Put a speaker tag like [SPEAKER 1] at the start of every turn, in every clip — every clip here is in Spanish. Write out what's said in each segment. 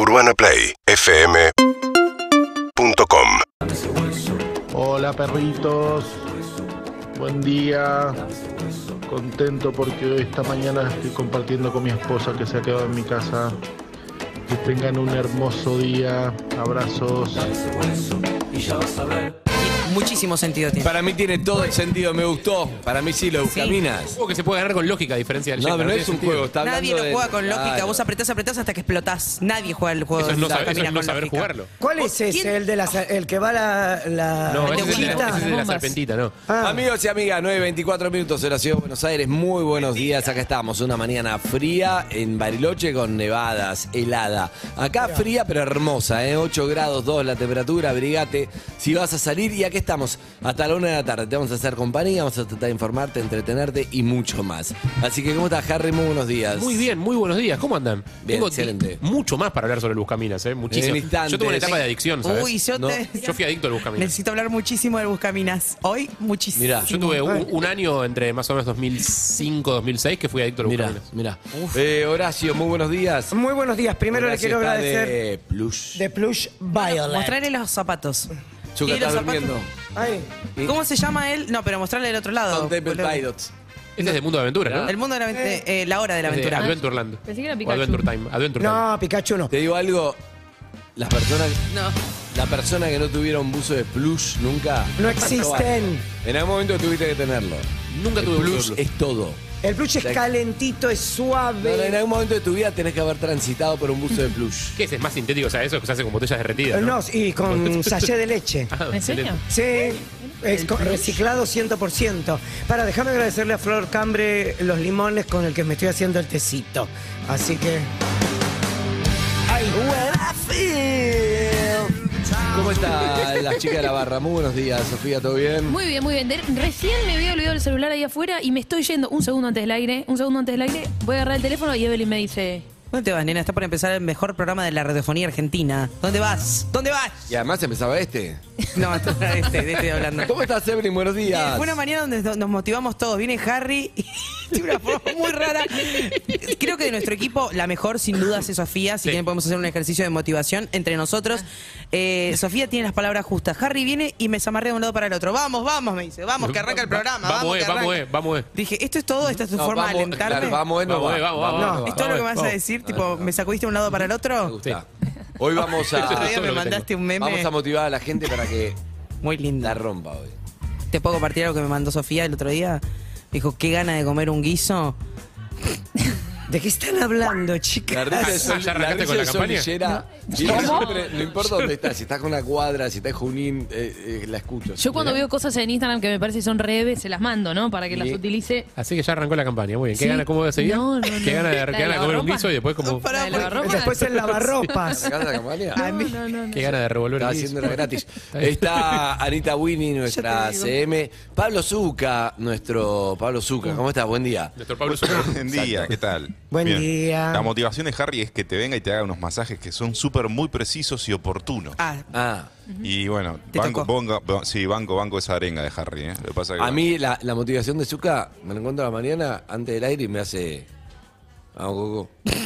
[SPEAKER 1] UrbanaPlayFM.com.
[SPEAKER 2] Hola perritos, buen día. Contento porque esta mañana estoy compartiendo con mi esposa que se ha quedado en mi casa. Que tengan un hermoso día, abrazos.
[SPEAKER 3] Muchísimo sentido tiene.
[SPEAKER 4] Para mí tiene todo el sentido, me gustó. Para mí sí, lo caminas.
[SPEAKER 5] Un juego que se puede ganar con lógica, a diferencia del
[SPEAKER 4] No, pero no es un juego, está
[SPEAKER 3] Nadie
[SPEAKER 4] hablando
[SPEAKER 3] lo juega con lógica.
[SPEAKER 4] Claro.
[SPEAKER 3] Vos apretás hasta que explotás. Nadie juega el juego
[SPEAKER 5] Eso es no,
[SPEAKER 3] de caminar con
[SPEAKER 5] saber
[SPEAKER 3] lógica.
[SPEAKER 5] jugarlo.
[SPEAKER 6] ¿Cuál es ese?
[SPEAKER 3] ¿Quién?
[SPEAKER 6] El de el que va la
[SPEAKER 5] No, ese es
[SPEAKER 6] hojita.
[SPEAKER 5] el de la serpentita, ¿no?
[SPEAKER 4] Amigos y amigas, 9:24 minutos en la ciudad de Buenos Aires. Muy buenos días. Acá estamos, una mañana fría en Bariloche con nevadas, helada. Acá fría pero hermosa, 8 grados 2 la temperatura. Abrigate si vas a salir. Y aquí estamos hasta la 1 de la tarde. Te vamos a hacer compañía, vamos a tratar de informarte, entretenerte y mucho más. Así que, ¿cómo estás, Harry? Muy buenos días.
[SPEAKER 5] Muy bien, muy buenos días. ¿Cómo andan?
[SPEAKER 4] Bien,
[SPEAKER 5] Tengo
[SPEAKER 4] excelente.
[SPEAKER 5] mucho más para hablar sobre el Buscaminas, muchísimo.
[SPEAKER 4] En instantes.
[SPEAKER 5] Yo tuve una etapa de adicción, ¿sabes?
[SPEAKER 3] Uy,
[SPEAKER 4] No.
[SPEAKER 5] Yo fui adicto al Buscaminas.
[SPEAKER 3] necesito hablar muchísimo del Buscaminas. Hoy, muchísimo.
[SPEAKER 4] Mirá,
[SPEAKER 5] Yo tuve un año entre más o menos 2005, 2006 que fui adicto al
[SPEAKER 4] Mirá,
[SPEAKER 5] Buscaminas.
[SPEAKER 4] mirá. Horacio, muy buenos días.
[SPEAKER 6] Muy buenos días. Primero le
[SPEAKER 4] Horacio
[SPEAKER 6] quiero
[SPEAKER 4] está
[SPEAKER 6] agradecer
[SPEAKER 4] de Plush.
[SPEAKER 6] de Plush Violet.
[SPEAKER 3] Mostrarle los zapatos.
[SPEAKER 4] Chuca,
[SPEAKER 3] ¿Y
[SPEAKER 4] ¿estás
[SPEAKER 3] los zapatos?
[SPEAKER 4] durmiendo?
[SPEAKER 6] Ay,
[SPEAKER 3] ¿Cómo se llama él? No, pero mostrarle el otro lado.
[SPEAKER 4] Son Temple
[SPEAKER 3] boludo.
[SPEAKER 4] Pilots.
[SPEAKER 5] Este es de Mundo de Aventura, ¿no?
[SPEAKER 3] El mundo de la la hora de la
[SPEAKER 5] Es de
[SPEAKER 3] aventura.
[SPEAKER 5] Adventureland.
[SPEAKER 7] Pensé que era
[SPEAKER 5] O
[SPEAKER 7] Pikachu.
[SPEAKER 5] Adventure Time. Adventure Time.
[SPEAKER 6] no, Pikachu no.
[SPEAKER 4] Te digo algo, las personas...
[SPEAKER 3] No.
[SPEAKER 4] La persona que no tuviera un buzo de plush nunca.
[SPEAKER 6] No existen.
[SPEAKER 4] En algún momento tuviste que tenerlo.
[SPEAKER 5] Nunca tuve
[SPEAKER 4] El
[SPEAKER 5] un
[SPEAKER 4] plush
[SPEAKER 5] plush.
[SPEAKER 4] es todo.
[SPEAKER 6] El plush es calentito, es
[SPEAKER 4] No, no, en
[SPEAKER 6] suave.
[SPEAKER 4] algún momento de tu vida tenés que haber transitado por un buzo de plush.
[SPEAKER 5] ¿Qué es? ¿Es más sintético? O sea, eso que se hace con botellas derretidas, ¿no?
[SPEAKER 6] No, y con sachet de leche.
[SPEAKER 5] Ah,
[SPEAKER 7] ¿En serio?
[SPEAKER 5] excelente.
[SPEAKER 6] Sí, es reciclado 100%. Para, déjame agradecerle a Flor Cambre los limones con el que me estoy haciendo el tecito. Así que... ¡Ay!
[SPEAKER 4] ¿Cómo está la chica de la barra? Muy buenos días, Sofía, ¿todo bien?
[SPEAKER 7] Muy bien, muy bien. Recién me había olvidado el celular ahí afuera y me estoy yendo un segundo antes del aire. Voy a agarrar el teléfono y Evelyn me dice...
[SPEAKER 3] ¿Dónde te vas, nena? Está por empezar el mejor programa de la radiofonía argentina. ¿Dónde vas? ¿Dónde vas?
[SPEAKER 4] Y además empezaba este.
[SPEAKER 3] No, de este estoy hablando.
[SPEAKER 4] ¿Cómo estás, Evelyn? Buenos días.
[SPEAKER 3] Fue una mañana donde nos motivamos todos. Viene Harry y de una forma muy rara. Creo que de nuestro equipo, la mejor sin duda es Sofía. Si quieren podemos hacer un ejercicio de motivación entre nosotros. Sofía tiene las palabras justas. Harry viene y me zamarrea de un lado para el otro. Vamos, vamos, me dice. Vamos, que arranca el programa.
[SPEAKER 5] Vamos,
[SPEAKER 3] que arranca.
[SPEAKER 5] vamos.
[SPEAKER 3] Dije, ¿esto es todo? ¿Esta es tu
[SPEAKER 4] No,
[SPEAKER 3] forma de
[SPEAKER 4] vamos,
[SPEAKER 3] alentarme?
[SPEAKER 4] claro, vamos, no va.
[SPEAKER 5] Vamos.
[SPEAKER 3] ¿Es todo lo que me vas a decir? Tipo, ¿me sacudiste de un lado para el
[SPEAKER 4] Me
[SPEAKER 3] otro?
[SPEAKER 4] gusta. Hoy vamos
[SPEAKER 3] El otro
[SPEAKER 4] a...
[SPEAKER 3] día me mandaste un meme
[SPEAKER 4] Vamos a motivar a la gente para que
[SPEAKER 3] muy lindo.
[SPEAKER 4] la rompa hoy.
[SPEAKER 3] ¿Te puedo compartir algo que me mandó Sofía el otro día? Dijo, qué gana de comer un guiso.
[SPEAKER 6] ¿De qué están hablando, chicas?
[SPEAKER 4] La risa de Sol,
[SPEAKER 5] ¿Ya arrancaste con la campaña?
[SPEAKER 4] Solillera, siempre, no importa dónde estás, si estás con la cuadra, si estás en Junín, la escucho.
[SPEAKER 7] Yo cuando veo cosas en Instagram que me parece que son redes, se las mando, ¿no? Para que las
[SPEAKER 4] Bien.
[SPEAKER 7] utilice.
[SPEAKER 5] Así que ya arrancó la campaña. Muy bien. ¿Qué
[SPEAKER 7] Sí.
[SPEAKER 5] gana? ¿Cómo seguir?
[SPEAKER 7] No.
[SPEAKER 5] ¿Qué gana
[SPEAKER 7] ¿La
[SPEAKER 5] de
[SPEAKER 7] de
[SPEAKER 5] comer un
[SPEAKER 7] lavarropa?
[SPEAKER 5] guiso y después como...
[SPEAKER 3] Pará,
[SPEAKER 7] ¿La de lavarropa?
[SPEAKER 6] Después el lavarropas.
[SPEAKER 4] ¿Gana la campaña?
[SPEAKER 5] ¿Qué gana de revolver
[SPEAKER 4] Está
[SPEAKER 5] el guiso?
[SPEAKER 4] haciéndola gratis. Está Anita Winnie, nuestra CM. Pablo Zucca, nuestro Pablo Zucca. ¿Cómo estás? Buen día.
[SPEAKER 5] Nuestro Pablo Zucca.
[SPEAKER 8] Buen día, ¿qué tal?
[SPEAKER 6] Buen
[SPEAKER 8] Bien.
[SPEAKER 6] día.
[SPEAKER 8] La motivación de Harry es que te venga y te haga unos masajes que son súper muy precisos y oportunos.
[SPEAKER 4] Ah,
[SPEAKER 8] Y bueno,
[SPEAKER 3] Te tocó.
[SPEAKER 8] banco esa arenga de Harry. Lo que pasa que,
[SPEAKER 4] a mí la motivación de Zucca, me lo encuentro a la mañana antes del aire y me hace... Vamos, Coco.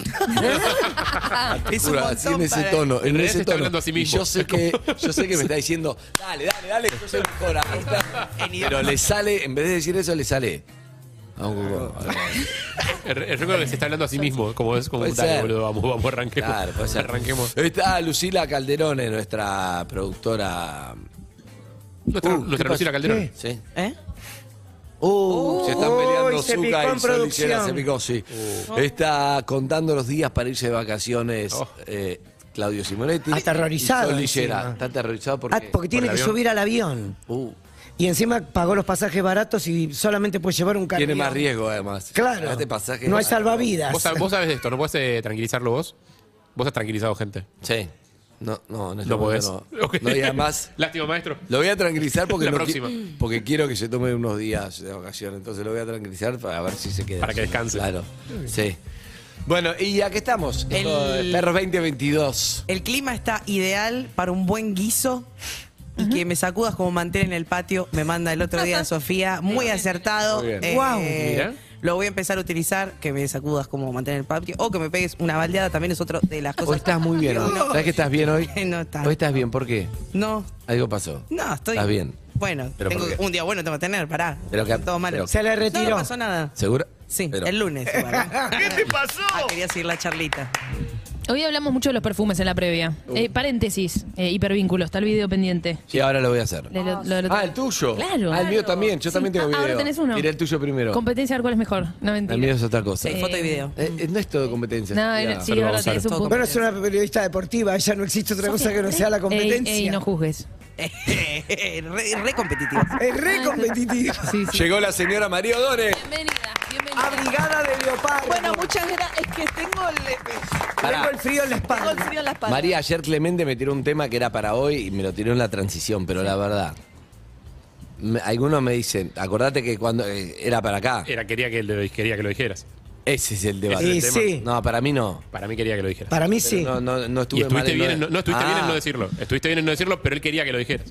[SPEAKER 3] Es un
[SPEAKER 4] Juro, así en
[SPEAKER 3] montón
[SPEAKER 4] ese
[SPEAKER 3] para-
[SPEAKER 4] tono,
[SPEAKER 5] En
[SPEAKER 4] en
[SPEAKER 5] realidad
[SPEAKER 4] ese
[SPEAKER 5] se está
[SPEAKER 4] tono.
[SPEAKER 5] hablando a sí
[SPEAKER 4] Y
[SPEAKER 5] mismo.
[SPEAKER 4] yo sé que me está diciendo, dale, que yo soy mejor. Pero le sale, en vez de decir eso, le sale. Vamos, Coco.
[SPEAKER 5] Yo creo que se está hablando a sí mismo. Como es como
[SPEAKER 4] Puede
[SPEAKER 5] dale,
[SPEAKER 4] ser.
[SPEAKER 5] boludo. Vamos, arranquemos.
[SPEAKER 4] Claro, puede ser.
[SPEAKER 5] Arranquemos.
[SPEAKER 4] Está Lucila Calderone, nuestra productora.
[SPEAKER 5] Nuestra
[SPEAKER 4] ¿qué
[SPEAKER 5] Lucila
[SPEAKER 4] pasa?
[SPEAKER 5] Calderón.
[SPEAKER 4] Sí.
[SPEAKER 3] ¿Eh?
[SPEAKER 4] Se están peleando
[SPEAKER 6] se
[SPEAKER 4] Zucca
[SPEAKER 6] picó en
[SPEAKER 4] y Solillera,
[SPEAKER 6] producción.
[SPEAKER 4] se picó, sí. Está contando los días para irse de vacaciones Claudio Simonetti.
[SPEAKER 6] Aterrorizado
[SPEAKER 4] y Solillera.
[SPEAKER 6] encima.
[SPEAKER 4] Está aterrorizado porque...
[SPEAKER 6] Porque tiene
[SPEAKER 5] el
[SPEAKER 6] que
[SPEAKER 5] avión.
[SPEAKER 6] subir al avión.
[SPEAKER 4] Uh,
[SPEAKER 6] Y encima pagó los pasajes baratos y solamente puede llevar un carro.
[SPEAKER 4] tiene más riesgo, además.
[SPEAKER 6] Claro.
[SPEAKER 4] Este pasaje
[SPEAKER 6] No hay salvavidas.
[SPEAKER 5] Vos sabés de esto, ¿no podés tranquilizarlo vos? Vos has tranquilizado gente.
[SPEAKER 4] Sí. No, en este
[SPEAKER 5] No
[SPEAKER 4] momento
[SPEAKER 5] podés.
[SPEAKER 4] no.
[SPEAKER 5] Ok.
[SPEAKER 4] No, y además...
[SPEAKER 5] Lástima, maestro.
[SPEAKER 4] Lo voy a tranquilizar porque,
[SPEAKER 5] La
[SPEAKER 4] no
[SPEAKER 5] próxima.
[SPEAKER 4] porque quiero que se tome unos días de vacaciones. Entonces lo voy a tranquilizar para ver si se queda.
[SPEAKER 5] Para que descanse.
[SPEAKER 4] Claro. Sí. Bueno, y aquí estamos.
[SPEAKER 3] El-
[SPEAKER 4] Perros 2022.
[SPEAKER 3] El clima está ideal para un buen guiso y que me sacudas como mantel en el patio. Me manda el otro día Sofía, muy acertado.
[SPEAKER 4] Muy bien.
[SPEAKER 6] Guau.
[SPEAKER 5] Mira.
[SPEAKER 3] lo voy a empezar a utilizar, que me sacudas como mantener el patio, o que me pegues una baldeada, también es otra de las cosas.
[SPEAKER 4] Hoy estás muy bien.
[SPEAKER 3] No.
[SPEAKER 4] ¿Sabes que estás bien hoy?
[SPEAKER 3] No está.
[SPEAKER 4] Hoy estás bien, ¿por qué?
[SPEAKER 3] No,
[SPEAKER 4] Algo pasó.
[SPEAKER 3] no, estoy...
[SPEAKER 4] ¿Estás bien?
[SPEAKER 3] Bueno,
[SPEAKER 4] ¿Pero
[SPEAKER 3] tengo
[SPEAKER 4] por qué?
[SPEAKER 3] un día bueno tengo que tener, pará.
[SPEAKER 4] Pero que-
[SPEAKER 3] todo mal.
[SPEAKER 4] pero-
[SPEAKER 6] Se le retiró.
[SPEAKER 3] No pasó nada.
[SPEAKER 4] ¿Seguro?
[SPEAKER 3] Sí,
[SPEAKER 4] Pero-
[SPEAKER 3] el lunes. igual, ¿eh?
[SPEAKER 2] ¿Qué te pasó?
[SPEAKER 3] Quería seguir la charlita.
[SPEAKER 7] Hoy hablamos mucho de los perfumes en la previa. Paréntesis, hipervínculo, está el video pendiente.
[SPEAKER 4] Sí, ahora lo voy a hacer. El tuyo.
[SPEAKER 7] Claro.
[SPEAKER 4] Ah, el mío también. Yo
[SPEAKER 7] Sí.
[SPEAKER 4] también tengo
[SPEAKER 7] Ah,
[SPEAKER 4] video.
[SPEAKER 7] ahora tenés uno.
[SPEAKER 4] Diré el tuyo primero.
[SPEAKER 7] Competencia a ver cuál es mejor. No, mentira.
[SPEAKER 4] El mío es otra cosa.
[SPEAKER 3] Sí, foto y video.
[SPEAKER 4] No es todo competencia.
[SPEAKER 7] No,
[SPEAKER 4] Ya.
[SPEAKER 7] sí,
[SPEAKER 5] Saludos,
[SPEAKER 7] ahora
[SPEAKER 5] Gonzalo.
[SPEAKER 7] tenés un poco.
[SPEAKER 6] Bueno, es una periodista deportiva, ya no existe otra cosa que no sea la competencia.
[SPEAKER 7] Ey, no juzgues.
[SPEAKER 3] re competitivo.
[SPEAKER 6] Es re competitiva.
[SPEAKER 7] Sí, sí.
[SPEAKER 4] Llegó la señora María O'Donnell.
[SPEAKER 7] Bienvenida, bienvenida.
[SPEAKER 6] Abrigada de leopardo.
[SPEAKER 1] Bueno, muchas gracias. Es que tengo
[SPEAKER 6] Tengo el frío en la
[SPEAKER 1] tengo el
[SPEAKER 6] espalda.
[SPEAKER 1] frío en la espalda.
[SPEAKER 4] María, ayer Clemente me tiró un tema que era para hoy y me lo tiró en la transición, pero la verdad, algunos me dicen, acordate que cuando era para acá,
[SPEAKER 5] Quería que lo dijeras.
[SPEAKER 4] ese es el debate.
[SPEAKER 6] Y
[SPEAKER 5] el tema.
[SPEAKER 6] sí,
[SPEAKER 4] No, para mí no.
[SPEAKER 5] Para mí quería que lo dijeras.
[SPEAKER 6] para mí
[SPEAKER 4] Pero
[SPEAKER 6] sí.
[SPEAKER 4] no
[SPEAKER 5] Y
[SPEAKER 4] estuve mal
[SPEAKER 5] estuviste
[SPEAKER 4] en
[SPEAKER 5] bien, no estuviste bien en
[SPEAKER 4] Ah,
[SPEAKER 5] no decirlo. Estuviste bien en no decirlo, pero él quería que lo dijeras.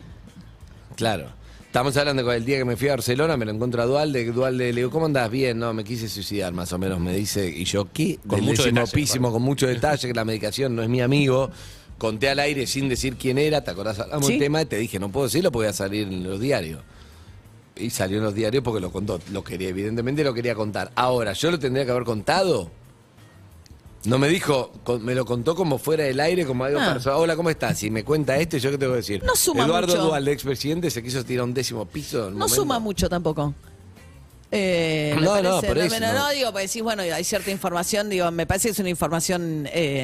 [SPEAKER 4] Claro. Estamos hablando con el día que me fui a Barcelona, me lo encuentro a Dualde le digo, ¿cómo andás? Bien, no, me quise suicidar, más o menos, me dice, y yo, ¿qué?
[SPEAKER 5] Con mucho detalle,
[SPEAKER 4] Písimo,
[SPEAKER 5] aparte.
[SPEAKER 4] con mucho detalle, que la medicación no es mi amigo. Conté al aire sin decir quién era, ¿te acordás? Hablamos
[SPEAKER 1] Sí.
[SPEAKER 4] del tema y te dije, no puedo decirlo porque voy a salir en los diarios. Y salió en los diarios porque lo contó, lo quería, evidentemente lo quería contar. Ahora, ¿yo lo tendría que haber contado? No me dijo, me lo contó como fuera del aire, como algo personal. Hola, ¿cómo estás? Si me cuenta esto, ¿yo qué tengo que decir?
[SPEAKER 1] No suma
[SPEAKER 4] Eduardo
[SPEAKER 1] mucho.
[SPEAKER 4] Dualde, expresidente, se quiso tirar un 10º piso. en un
[SPEAKER 1] No
[SPEAKER 4] momento.
[SPEAKER 1] suma mucho tampoco. Me
[SPEAKER 4] No,
[SPEAKER 1] parece,
[SPEAKER 4] no, por eso,
[SPEAKER 1] no,
[SPEAKER 4] no.
[SPEAKER 1] digo, porque decís, bueno, hay cierta información, digo, me parece que es una información.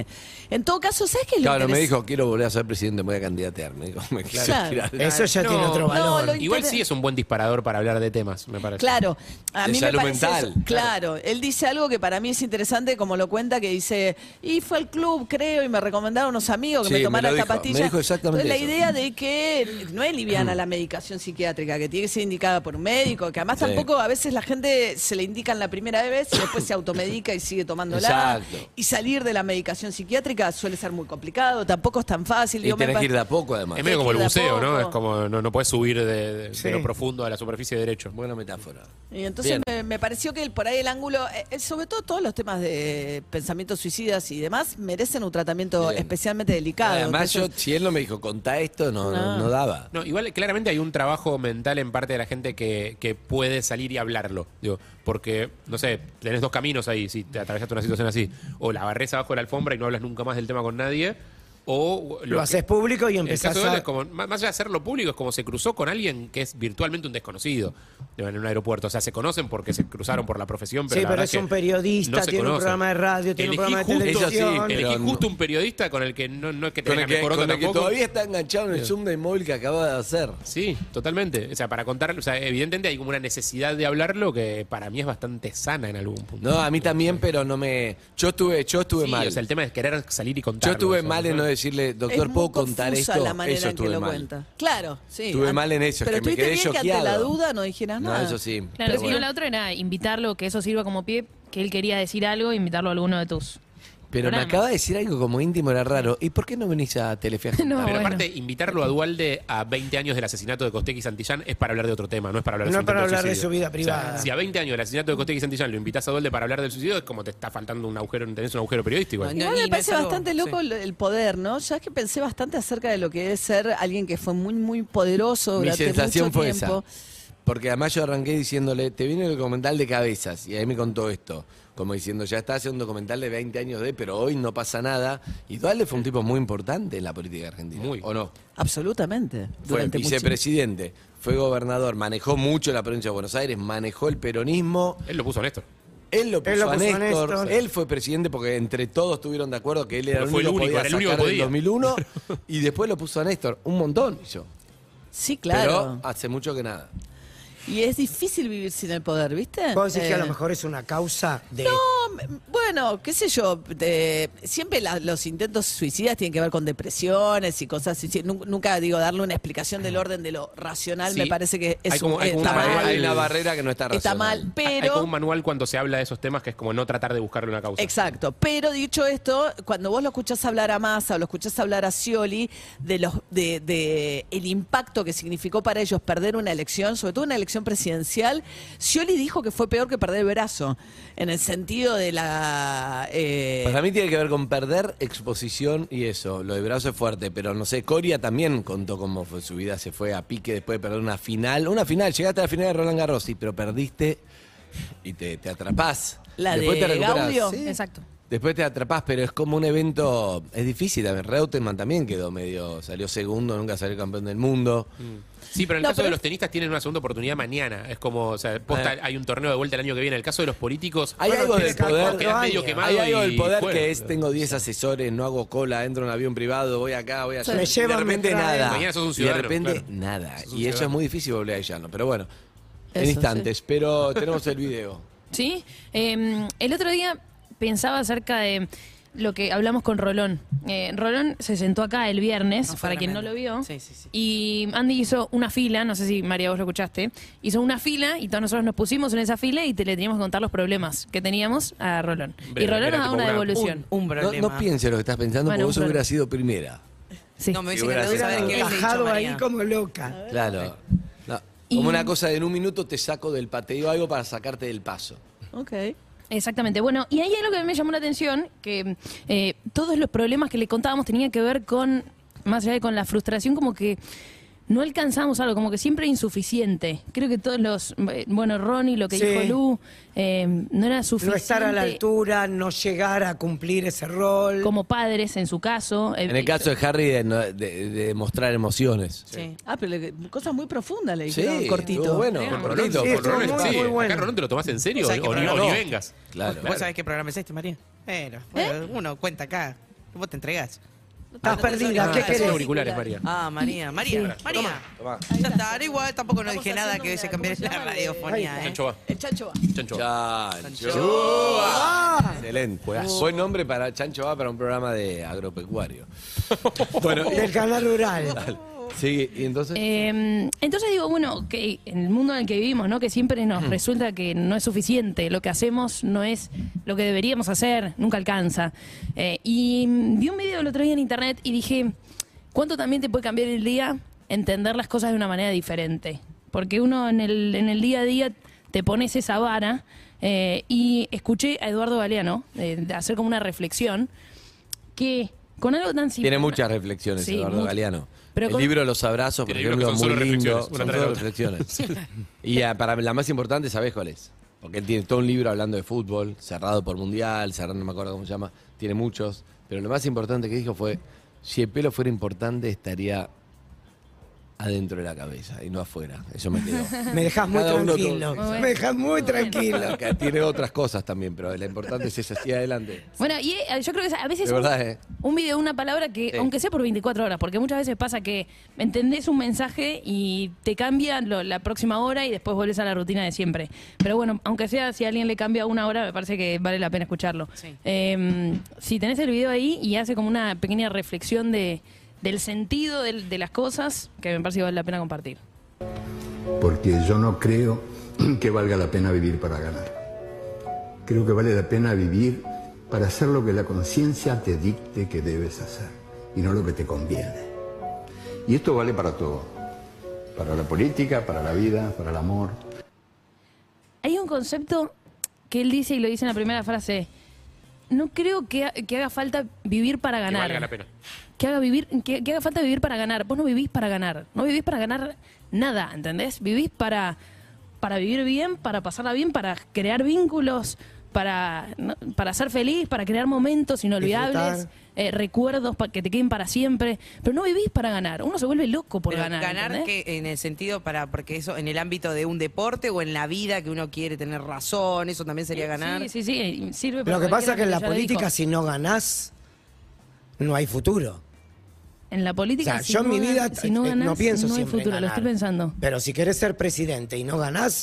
[SPEAKER 1] En todo caso, ¿sabes qué es lo
[SPEAKER 4] Claro, me
[SPEAKER 1] interes-
[SPEAKER 4] dijo, quiero volver a ser presidente, me voy a candidatear. Me dijo, me quiso
[SPEAKER 1] Claro.
[SPEAKER 4] tirar.
[SPEAKER 6] Eso ya
[SPEAKER 5] No,
[SPEAKER 6] tiene otro
[SPEAKER 5] no,
[SPEAKER 6] valor.
[SPEAKER 1] lo
[SPEAKER 5] Igual
[SPEAKER 1] inter-
[SPEAKER 5] sí es un buen disparador para hablar de temas, me parece.
[SPEAKER 1] Claro, a
[SPEAKER 4] De
[SPEAKER 1] mí me
[SPEAKER 4] salud
[SPEAKER 1] parece
[SPEAKER 4] mental,
[SPEAKER 1] eso. Claro, él dice algo que para mí es interesante, como lo cuenta, que dice, y fue al club, creo, y me recomendaron unos amigos que
[SPEAKER 4] Sí,
[SPEAKER 1] me tomara
[SPEAKER 4] me lo
[SPEAKER 1] esta
[SPEAKER 4] dijo,
[SPEAKER 1] pastilla.
[SPEAKER 4] me dijo exactamente
[SPEAKER 1] Entonces, la
[SPEAKER 4] eso.
[SPEAKER 1] idea de que no es liviana la medicación psiquiátrica, que tiene que ser indicada por un médico, que además
[SPEAKER 4] Sí.
[SPEAKER 1] tampoco a veces la gente se le indican la primera vez y después se automedica y sigue tomándola.
[SPEAKER 4] Exacto.
[SPEAKER 1] Y salir de la medicación psiquiátrica suele ser muy complicado, tampoco es tan fácil.
[SPEAKER 4] Y
[SPEAKER 1] digo, me
[SPEAKER 4] tenés
[SPEAKER 1] pa-
[SPEAKER 4] que ir de a poco, además.
[SPEAKER 5] Es medio como el
[SPEAKER 1] Hay que ir de a
[SPEAKER 5] buceo, ¿no?
[SPEAKER 1] poco.
[SPEAKER 5] Es como no puedes subir de
[SPEAKER 6] Sí.
[SPEAKER 5] lo profundo a la superficie derecho.
[SPEAKER 4] Buena metáfora.
[SPEAKER 1] Y entonces
[SPEAKER 4] Bien.
[SPEAKER 1] me pareció que por ahí el ángulo, sobre todo todos los temas de pensamientos suicidas y demás, merecen un tratamiento
[SPEAKER 4] Bien.
[SPEAKER 1] especialmente delicado.
[SPEAKER 4] Además,
[SPEAKER 1] Entonces,
[SPEAKER 4] si él no me dijo, contá esto, no
[SPEAKER 1] No.
[SPEAKER 4] daba.
[SPEAKER 5] No, igual claramente hay un trabajo mental en parte de la gente que puede salir y hablarlo. Digo, porque, no sé, tenés dos caminos ahí si te atravesaste una situación así. O la barres abajo de la alfombra y no hablas nunca más del tema con nadie. O
[SPEAKER 6] Lo haces público y
[SPEAKER 5] el
[SPEAKER 6] empezás
[SPEAKER 5] caso de él
[SPEAKER 6] a...
[SPEAKER 5] es como, más allá de hacerlo público, es como se cruzó con alguien que es virtualmente un desconocido en un aeropuerto. O sea, se conocen porque se cruzaron por la profesión, pero
[SPEAKER 6] Sí,
[SPEAKER 5] la
[SPEAKER 6] pero
[SPEAKER 5] verdad
[SPEAKER 6] es un
[SPEAKER 5] que
[SPEAKER 6] periodista,
[SPEAKER 5] no se
[SPEAKER 6] tiene un
[SPEAKER 5] conocen.
[SPEAKER 6] programa de radio, tiene un
[SPEAKER 5] Elegí
[SPEAKER 6] programa de
[SPEAKER 5] justo-
[SPEAKER 6] televisión.
[SPEAKER 4] Eso sí,
[SPEAKER 5] Elegí
[SPEAKER 4] pero
[SPEAKER 5] justo un periodista con el que no es que
[SPEAKER 4] Con
[SPEAKER 5] tenga
[SPEAKER 4] el que,
[SPEAKER 5] mejor
[SPEAKER 4] con
[SPEAKER 5] onda
[SPEAKER 4] el que
[SPEAKER 5] tampoco.
[SPEAKER 4] todavía está enganchado en el Zoom de móvil que acaba de hacer.
[SPEAKER 5] Sí, totalmente. O sea, para contar, o sea, evidentemente hay como una necesidad de hablarlo que para mí es bastante sana en algún punto.
[SPEAKER 4] No, a mí también, pero no me... Yo estuve
[SPEAKER 5] Sí,
[SPEAKER 4] mal.
[SPEAKER 5] o sea, el tema es querer salir y
[SPEAKER 4] Yo
[SPEAKER 5] contarlo.
[SPEAKER 4] estuve
[SPEAKER 5] o sea,
[SPEAKER 4] mal en no decirle,
[SPEAKER 1] es
[SPEAKER 4] doctor,
[SPEAKER 1] muy
[SPEAKER 4] ¿puedo contar
[SPEAKER 1] confusa
[SPEAKER 4] esto?
[SPEAKER 1] la manera
[SPEAKER 4] Eso
[SPEAKER 1] en que
[SPEAKER 4] estuve
[SPEAKER 1] lo
[SPEAKER 4] mal.
[SPEAKER 1] cuenta. Claro, sí.
[SPEAKER 4] Estuve mal en eso,
[SPEAKER 1] Pero
[SPEAKER 4] que me
[SPEAKER 1] estuviste
[SPEAKER 4] quedé
[SPEAKER 1] bien que ante la
[SPEAKER 4] choqueado.
[SPEAKER 1] duda no dijeras
[SPEAKER 4] No,
[SPEAKER 1] nada.
[SPEAKER 4] eso sí.
[SPEAKER 7] Claro,
[SPEAKER 4] pero
[SPEAKER 7] si no,
[SPEAKER 4] bueno.
[SPEAKER 7] la otra era invitarlo, que eso sirva como pie, que él quería decir algo, invitarlo a alguno de tus.
[SPEAKER 4] Pero me
[SPEAKER 7] programas.
[SPEAKER 4] acaba de decir algo como íntimo, era raro. ¿Y por qué no venís a Telefe a
[SPEAKER 7] No,
[SPEAKER 4] contar?
[SPEAKER 5] Pero
[SPEAKER 7] bueno.
[SPEAKER 5] aparte, invitarlo a Dualde a 20 años del asesinato de Costegui y Santillán es para hablar de otro tema, no es para hablar de
[SPEAKER 6] No
[SPEAKER 5] su
[SPEAKER 6] es para
[SPEAKER 5] intento
[SPEAKER 6] hablar de
[SPEAKER 5] suicidio.
[SPEAKER 6] su vida
[SPEAKER 5] O
[SPEAKER 6] privada.
[SPEAKER 5] sea, si a 20 años del asesinato de Costegui y Santillán lo invitas a Dualde para hablar del suicidio, es como te está faltando un agujero, tenés un agujero periodístico.
[SPEAKER 3] No,
[SPEAKER 1] Igual
[SPEAKER 3] y
[SPEAKER 1] me
[SPEAKER 3] no
[SPEAKER 1] parece
[SPEAKER 3] es algo-
[SPEAKER 1] bastante loco
[SPEAKER 3] sí.
[SPEAKER 1] el poder, ¿no? Ya es que pensé bastante acerca de lo que es ser alguien que fue muy, muy poderoso
[SPEAKER 4] Mi
[SPEAKER 1] durante
[SPEAKER 4] sensación
[SPEAKER 1] mucho
[SPEAKER 4] fue
[SPEAKER 1] tiempo.
[SPEAKER 4] esa. Porque además yo arranqué diciéndole, te viene el documental de cabezas. Y ahí me contó esto. Como diciendo, ya está haciendo un documental de 20 años pero hoy no pasa nada. Y Dualde fue un tipo muy importante en la política argentina.
[SPEAKER 5] Muy.
[SPEAKER 4] ¿O no?
[SPEAKER 1] Absolutamente.
[SPEAKER 4] Fue
[SPEAKER 1] Durante mucho-
[SPEAKER 4] vicepresidente, fue gobernador, manejó mucho la provincia de Buenos Aires, manejó el peronismo.
[SPEAKER 5] Él lo puso a Néstor.
[SPEAKER 4] Él lo puso,
[SPEAKER 6] Él lo
[SPEAKER 4] a
[SPEAKER 6] puso a
[SPEAKER 4] Néstor,
[SPEAKER 6] Néstor.
[SPEAKER 4] él fue presidente porque entre todos estuvieron de acuerdo que él era
[SPEAKER 5] Pero
[SPEAKER 4] el
[SPEAKER 5] fue el
[SPEAKER 4] único que
[SPEAKER 5] único,
[SPEAKER 4] podía
[SPEAKER 5] era el único
[SPEAKER 4] sacar
[SPEAKER 5] que
[SPEAKER 4] del
[SPEAKER 5] podía.
[SPEAKER 4] 2001 y después lo puso a Néstor, un montón hizo.
[SPEAKER 1] Sí, claro.
[SPEAKER 4] Pero hace mucho que nada.
[SPEAKER 1] Y es difíccil vivir sin el poder, ¿viste?
[SPEAKER 6] Vos decís que a lo
[SPEAKER 1] Eh,
[SPEAKER 6] mejor es una causa de...
[SPEAKER 1] No, bueno, qué sé yo, siempre los intentos suicidas tienen que ver con depresiones y cosas así. Nunca digo darle una explicación del orden de lo racional,
[SPEAKER 5] Sí.
[SPEAKER 1] me parece que
[SPEAKER 5] Hay
[SPEAKER 1] es
[SPEAKER 5] como- hay como
[SPEAKER 1] está
[SPEAKER 5] un manual.
[SPEAKER 1] mal.
[SPEAKER 4] Hay una barrera que no está
[SPEAKER 1] Está
[SPEAKER 4] racional.
[SPEAKER 1] mal,
[SPEAKER 5] Hay
[SPEAKER 1] pero...
[SPEAKER 5] como un manual cuando se habla de esos temas que es como no tratar de buscarle una causa.
[SPEAKER 1] Exacto, pero dicho esto, cuando vos lo escuchás hablar a Massa o lo escuchás hablar a Scioli de el impacto que significó para ellos perder una elección, sobre todo una elección presidencial, Scioli dijo que fue peor que perder el brazo, en el sentido de la...
[SPEAKER 4] Para mí tiene que ver con perder exposición y eso. Lo de brazo es fuerte, pero no sé, Coria también contó cómo fue su vida, se fue a pique después de perder una final. Una final, llegaste a la final de Roland Garros, sí, pero perdiste y te atrapás.
[SPEAKER 1] La
[SPEAKER 4] Después
[SPEAKER 1] de
[SPEAKER 4] te recuperás.
[SPEAKER 1] Gaudio.
[SPEAKER 4] Sí.
[SPEAKER 7] Exacto.
[SPEAKER 4] Después te atrapás, pero es como un evento, es difícil también. Reutemann también quedó medio, salió segundo, nunca salió campeón del mundo.
[SPEAKER 5] Sí, pero en el
[SPEAKER 1] No,
[SPEAKER 5] caso
[SPEAKER 1] pero
[SPEAKER 5] de los tenistas tienen una segunda oportunidad mañana. Es como, o sea, posta, hay un torneo de vuelta el año que viene. En el caso de los políticos,
[SPEAKER 4] Hay algo del poder,
[SPEAKER 5] quedan medio quemados
[SPEAKER 4] hay algo del
[SPEAKER 5] y
[SPEAKER 4] poder
[SPEAKER 5] fuera.
[SPEAKER 4] que es, tengo 10 asesores, no hago cola, entro en un avión privado, voy acá, voy allá.
[SPEAKER 6] Me
[SPEAKER 4] Y
[SPEAKER 6] llevan,
[SPEAKER 4] de repente
[SPEAKER 6] me traen.
[SPEAKER 4] nada.
[SPEAKER 5] Mañana sos un
[SPEAKER 4] Y de
[SPEAKER 5] ciudadano,
[SPEAKER 4] repente
[SPEAKER 5] claro.
[SPEAKER 4] nada.
[SPEAKER 5] Sos un
[SPEAKER 4] Y eso es
[SPEAKER 5] ciudadano.
[SPEAKER 4] muy difícil volver a Llano. Pero bueno, en
[SPEAKER 1] Eso,
[SPEAKER 4] instantes. Pero tenemos el video.
[SPEAKER 7] ¿Sí? El otro día pensaba acerca de lo que hablamos con Rolón. Rolón se sentó acá el viernes,
[SPEAKER 3] fue
[SPEAKER 7] para quien no
[SPEAKER 3] tremendo.
[SPEAKER 7] lo vio.
[SPEAKER 3] Sí, sí, sí.
[SPEAKER 7] Y Andy hizo una fila, no sé si María vos lo escuchaste, hizo una fila y todos nosotros nos pusimos en esa fila y le teníamos que contar los problemas que teníamos a Rolón.
[SPEAKER 5] Hombre,
[SPEAKER 7] Y Rolón
[SPEAKER 5] era
[SPEAKER 7] nos da
[SPEAKER 5] tipo
[SPEAKER 7] una
[SPEAKER 5] una-
[SPEAKER 7] devolución.
[SPEAKER 3] Un
[SPEAKER 4] No,
[SPEAKER 3] problema.
[SPEAKER 4] no pienses lo que estás pensando,
[SPEAKER 7] Bueno,
[SPEAKER 4] porque vos
[SPEAKER 7] un
[SPEAKER 4] hubieras
[SPEAKER 7] problema.
[SPEAKER 4] sido primera.
[SPEAKER 7] Sí.
[SPEAKER 3] No, me
[SPEAKER 4] Si
[SPEAKER 3] dice que
[SPEAKER 4] hubiera
[SPEAKER 3] tengo que
[SPEAKER 4] sido
[SPEAKER 3] saber qué hubiese dicho,
[SPEAKER 6] Bajado ahí
[SPEAKER 3] María.
[SPEAKER 6] como loca.
[SPEAKER 4] Claro. No,
[SPEAKER 7] Y-
[SPEAKER 4] como una cosa de en un minuto te saco del pateo algo para sacarte del paso.
[SPEAKER 1] Ok.
[SPEAKER 7] Exactamente. Bueno, y ahí hay algo que me llamó la atención, que todos los problemas que le contábamos tenían que ver con, más allá de con la frustración, como que no alcanzamos algo, como que siempre insuficiente. Creo que todos bueno, Ronnie, lo que
[SPEAKER 6] Sí.
[SPEAKER 7] dijo Lu, no era suficiente.
[SPEAKER 6] No estar a la altura, no llegar a cumplir ese rol.
[SPEAKER 7] Como padres, en su caso.
[SPEAKER 4] En el caso de Harry, de mostrar emociones.
[SPEAKER 3] Sí.
[SPEAKER 1] Ah, pero cosas muy profundas le
[SPEAKER 4] Sí,
[SPEAKER 1] dijeron cortito.
[SPEAKER 4] estuvo bueno,
[SPEAKER 5] Con
[SPEAKER 4] cortito.
[SPEAKER 5] Rolón,
[SPEAKER 6] Sí,
[SPEAKER 5] con
[SPEAKER 6] estuvo
[SPEAKER 5] Rolón,
[SPEAKER 6] muy,
[SPEAKER 5] sí.
[SPEAKER 6] muy bueno.
[SPEAKER 5] Acá Rolón te lo tomás en serio
[SPEAKER 3] ¿Vos sabés que
[SPEAKER 5] o ni
[SPEAKER 3] Rolón-
[SPEAKER 5] vengas.
[SPEAKER 4] Claro.
[SPEAKER 3] ¿Vos sabés qué programa es este, María? Pero, bueno, uno cuenta acá. Vos te entregás.
[SPEAKER 6] Estás perdida, ¿qué
[SPEAKER 5] Son
[SPEAKER 6] querés?
[SPEAKER 5] auriculares, María.
[SPEAKER 3] Ah, María. María.
[SPEAKER 4] Tomá.
[SPEAKER 3] Ya está, ahora igual tampoco no dije nada
[SPEAKER 1] haciendo
[SPEAKER 3] que hubiese
[SPEAKER 1] una-
[SPEAKER 3] cambiado
[SPEAKER 1] ¿cómo se
[SPEAKER 3] la
[SPEAKER 1] llama?
[SPEAKER 3] radiofonía, ¿eh?
[SPEAKER 5] Chancho va.
[SPEAKER 1] El chancho va.
[SPEAKER 5] Chancho va.
[SPEAKER 4] Chancho. Excelente. Buen nombre para Chancho va para un programa de agropecuario. Bueno,
[SPEAKER 6] Del canal rural.
[SPEAKER 4] sí, y entonces.
[SPEAKER 7] Entonces digo, bueno, que en el mundo en el que vivimos, ¿no? Que siempre nos resulta que no es suficiente, lo que hacemos no es lo que deberíamos hacer, nunca alcanza. Y vi un video el otro día en internet y dije, ¿cuánto también te puede cambiar el día entender las cosas de una manera diferente? Porque uno en el día a día te pones esa vara y escuché a Eduardo Galeano de hacer como una reflexión que con algo tan simple...
[SPEAKER 4] Tiene muchas reflexiones,
[SPEAKER 7] Sí,
[SPEAKER 4] Eduardo
[SPEAKER 7] mucho.
[SPEAKER 4] Galeano.
[SPEAKER 7] Pero
[SPEAKER 4] El
[SPEAKER 7] con-
[SPEAKER 4] libro Los Abrazos, por
[SPEAKER 5] Tiene libros
[SPEAKER 4] ejemplo,
[SPEAKER 5] que son
[SPEAKER 4] muy
[SPEAKER 5] solo
[SPEAKER 4] lindo.
[SPEAKER 5] reflexiones, una
[SPEAKER 4] Son
[SPEAKER 5] tras
[SPEAKER 4] solo
[SPEAKER 5] la
[SPEAKER 4] reflexiones. Y para la más importante, ¿sabés cuál es? Porque él tiene todo un libro hablando de fútbol, cerrado por Mundial, cerrado, no me acuerdo cómo se llama, tiene muchos. Pero lo más importante que dijo fue, si el pelo fuera importante, estaría adentro de la cabeza y no afuera. Eso me quedó.
[SPEAKER 6] Me dejas muy
[SPEAKER 4] Cada uno
[SPEAKER 6] tranquilo.
[SPEAKER 4] todo.
[SPEAKER 6] Me dejas muy tranquilo.
[SPEAKER 4] Acá tiene otras cosas también, pero lo importante es eso, así adelante.
[SPEAKER 7] Bueno, y yo creo que a veces
[SPEAKER 4] De verdad,
[SPEAKER 7] un video, una palabra que,
[SPEAKER 4] Sí.
[SPEAKER 7] aunque sea por 24 horas, porque muchas veces pasa que entendés un mensaje y te cambia la próxima hora y después vuelves a la rutina de siempre. Pero bueno, aunque sea si a alguien le cambia una hora, me parece que vale la pena escucharlo.
[SPEAKER 3] Sí.
[SPEAKER 7] Si tenés el video ahí y hace como una pequeña reflexión del sentido de las cosas, que me parece que vale la pena compartir.
[SPEAKER 9] Porque yo no creo que valga la pena vivir para ganar. Creo que vale la pena vivir para hacer lo que la conciencia te dicte que debes hacer y no lo que te conviene. Y esto vale para todo, para la política, para la vida, para el amor.
[SPEAKER 7] Hay un concepto que él dice y lo dice en la primera frase. No creo que haga falta vivir para
[SPEAKER 5] Que
[SPEAKER 7] ganar.
[SPEAKER 5] valga la pena.
[SPEAKER 7] Que haga falta vivir para ganar. Vos no vivís para ganar. No vivís para ganar nada, ¿entendés? Vivís para vivir bien, para pasarla bien, para crear vínculos, para ser feliz, para crear momentos inolvidables, recuerdos que te queden para siempre. Pero no vivís para ganar. Uno se vuelve loco por
[SPEAKER 3] Pero
[SPEAKER 7] ganar.
[SPEAKER 3] ganar
[SPEAKER 7] ¿entendés?
[SPEAKER 3] que en el sentido porque eso en el ámbito de un deporte o en la vida que uno quiere tener razón, eso también sería ganar.
[SPEAKER 7] Sí, sirve
[SPEAKER 6] Pero lo
[SPEAKER 7] para
[SPEAKER 6] que pasa es que en la
[SPEAKER 7] cualquiera, ya lo
[SPEAKER 6] política,
[SPEAKER 7] dijo.
[SPEAKER 6] si no ganás, no hay futuro.
[SPEAKER 7] En la
[SPEAKER 6] O
[SPEAKER 7] política,
[SPEAKER 6] sea,
[SPEAKER 7] si
[SPEAKER 6] yo
[SPEAKER 7] no
[SPEAKER 6] en mi vida
[SPEAKER 7] si no ganás,
[SPEAKER 6] no pienso
[SPEAKER 7] no hay
[SPEAKER 6] siempre en
[SPEAKER 7] futuro, lo
[SPEAKER 6] ganar.
[SPEAKER 7] estoy pensando.
[SPEAKER 6] Pero si querés ser presidente y no ganás,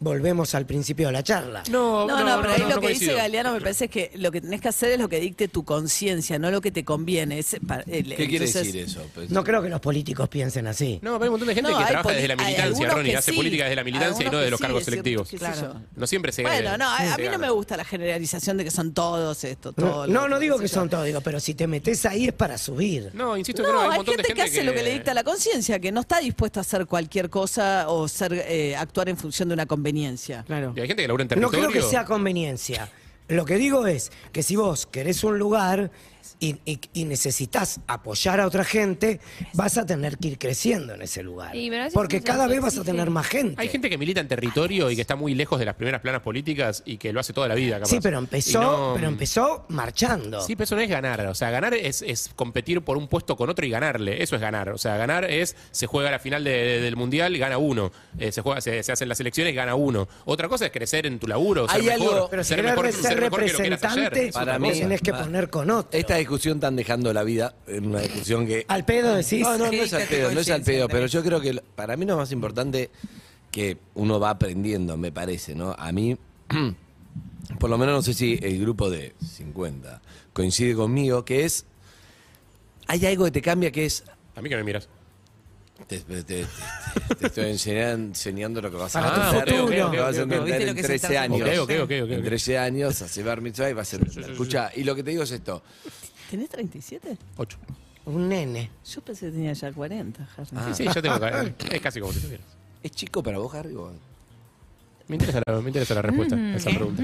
[SPEAKER 6] volvemos al principio de la charla.
[SPEAKER 1] No, pero ahí lo que dice
[SPEAKER 5] coincido.
[SPEAKER 1] Galeano me parece que lo que tenés que hacer es lo que dicte tu conciencia, no lo que te conviene.
[SPEAKER 4] ¿Qué quiere decir eso? Pues,
[SPEAKER 6] No creo que los políticos piensen así.
[SPEAKER 5] No, pero hay un montón de gente
[SPEAKER 1] No,
[SPEAKER 5] que
[SPEAKER 1] hay
[SPEAKER 5] trabaja desde la
[SPEAKER 1] hay
[SPEAKER 5] militancia,
[SPEAKER 1] algunos
[SPEAKER 5] Ronnie.
[SPEAKER 1] que
[SPEAKER 5] Hace
[SPEAKER 1] sí,
[SPEAKER 5] política desde la militancia y no
[SPEAKER 1] algunos
[SPEAKER 5] de los
[SPEAKER 1] que
[SPEAKER 5] cargos
[SPEAKER 1] sí,
[SPEAKER 5] selectivos.
[SPEAKER 1] qué sé yo.
[SPEAKER 5] No siempre se
[SPEAKER 1] Bueno, no, a
[SPEAKER 5] se
[SPEAKER 1] mí no
[SPEAKER 5] gana.
[SPEAKER 1] me gusta la generalización de que son todos esto, todo lo
[SPEAKER 6] No, no
[SPEAKER 1] otro,
[SPEAKER 6] digo
[SPEAKER 1] qué
[SPEAKER 6] que
[SPEAKER 1] sé yo.
[SPEAKER 6] son todos, digo, pero si te metes ahí es para subir.
[SPEAKER 5] No, insisto, creo que
[SPEAKER 1] No,
[SPEAKER 5] hay un
[SPEAKER 1] hay
[SPEAKER 5] montón
[SPEAKER 1] gente
[SPEAKER 5] de
[SPEAKER 1] que hace lo que le dicta la conciencia, que no está dispuesta a hacer cualquier cosa o actuar en función de una conveniencia.
[SPEAKER 3] Claro.
[SPEAKER 5] Y hay gente que labura en
[SPEAKER 6] No
[SPEAKER 5] territorio.
[SPEAKER 6] creo que sea conveniencia. Lo que digo es que si vos querés un lugar y necesitas apoyar a otra gente, vas a tener que ir creciendo en ese lugar.
[SPEAKER 7] Y, pero a veces
[SPEAKER 6] Porque
[SPEAKER 7] uno se
[SPEAKER 6] cada vez
[SPEAKER 7] exige.
[SPEAKER 6] vas a tener más gente.
[SPEAKER 5] Hay gente que milita en territorio y que está muy lejos de las primeras planas políticas y que lo hace toda la vida, capaz.
[SPEAKER 6] Sí, pero
[SPEAKER 5] Y no-
[SPEAKER 6] empezó marchando.
[SPEAKER 5] Sí, pero eso no es ganar. O sea, ganar es competir por un puesto con otro y ganarle. Eso es ganar. O sea, ganar es, se juega la final del Mundial y gana uno. Se hacen las elecciones y gana uno. Otra cosa es crecer en tu laburo, ser
[SPEAKER 4] Hay
[SPEAKER 5] mejor,
[SPEAKER 4] algo-
[SPEAKER 6] Pero si
[SPEAKER 5] ser
[SPEAKER 6] querés
[SPEAKER 5] mejor,
[SPEAKER 6] ser
[SPEAKER 5] ser mejor que lo que eras
[SPEAKER 6] representante,
[SPEAKER 5] ayer.
[SPEAKER 4] Para
[SPEAKER 6] te
[SPEAKER 4] mí-
[SPEAKER 6] tenés que poner con otro.
[SPEAKER 4] Esta discusión están dejando la vida en una discusión que...
[SPEAKER 6] Al pedo decís.
[SPEAKER 4] No, no
[SPEAKER 3] ¿Qué
[SPEAKER 4] es al
[SPEAKER 3] dicta tu
[SPEAKER 4] pedo, no es al
[SPEAKER 3] conciencia,
[SPEAKER 4] pedo, pero
[SPEAKER 3] Andrés?
[SPEAKER 4] yo creo que para mí lo más importante que uno va aprendiendo, me parece, ¿no? A mí, por lo menos no sé si el grupo de 50 coincide conmigo, que es, hay algo que te cambia que es,
[SPEAKER 5] A mí que me miras.
[SPEAKER 4] te estoy enseñando lo que vas a
[SPEAKER 6] Para tu
[SPEAKER 4] aprender,
[SPEAKER 6] futuro.
[SPEAKER 4] lo que vas a
[SPEAKER 5] Ok, ok, ok.
[SPEAKER 4] entender
[SPEAKER 3] ¿Viste lo
[SPEAKER 4] en
[SPEAKER 3] que se
[SPEAKER 4] 13
[SPEAKER 3] está
[SPEAKER 4] años.
[SPEAKER 3] haciendo?
[SPEAKER 5] Ok.
[SPEAKER 4] En 13 años, hace bar mitzvah y vas a escuchar. Y lo que te digo es esto.
[SPEAKER 1] ¿Tenés 37?
[SPEAKER 5] 8.
[SPEAKER 6] Un nene.
[SPEAKER 1] Yo pensé que tenía ya 40, Harry.
[SPEAKER 4] Ah.
[SPEAKER 5] Sí, yo tengo. Es casi como si tuvieras.
[SPEAKER 4] ¿Es chico para vos, Harry? o-
[SPEAKER 5] Me interesa la respuesta a esa pregunta.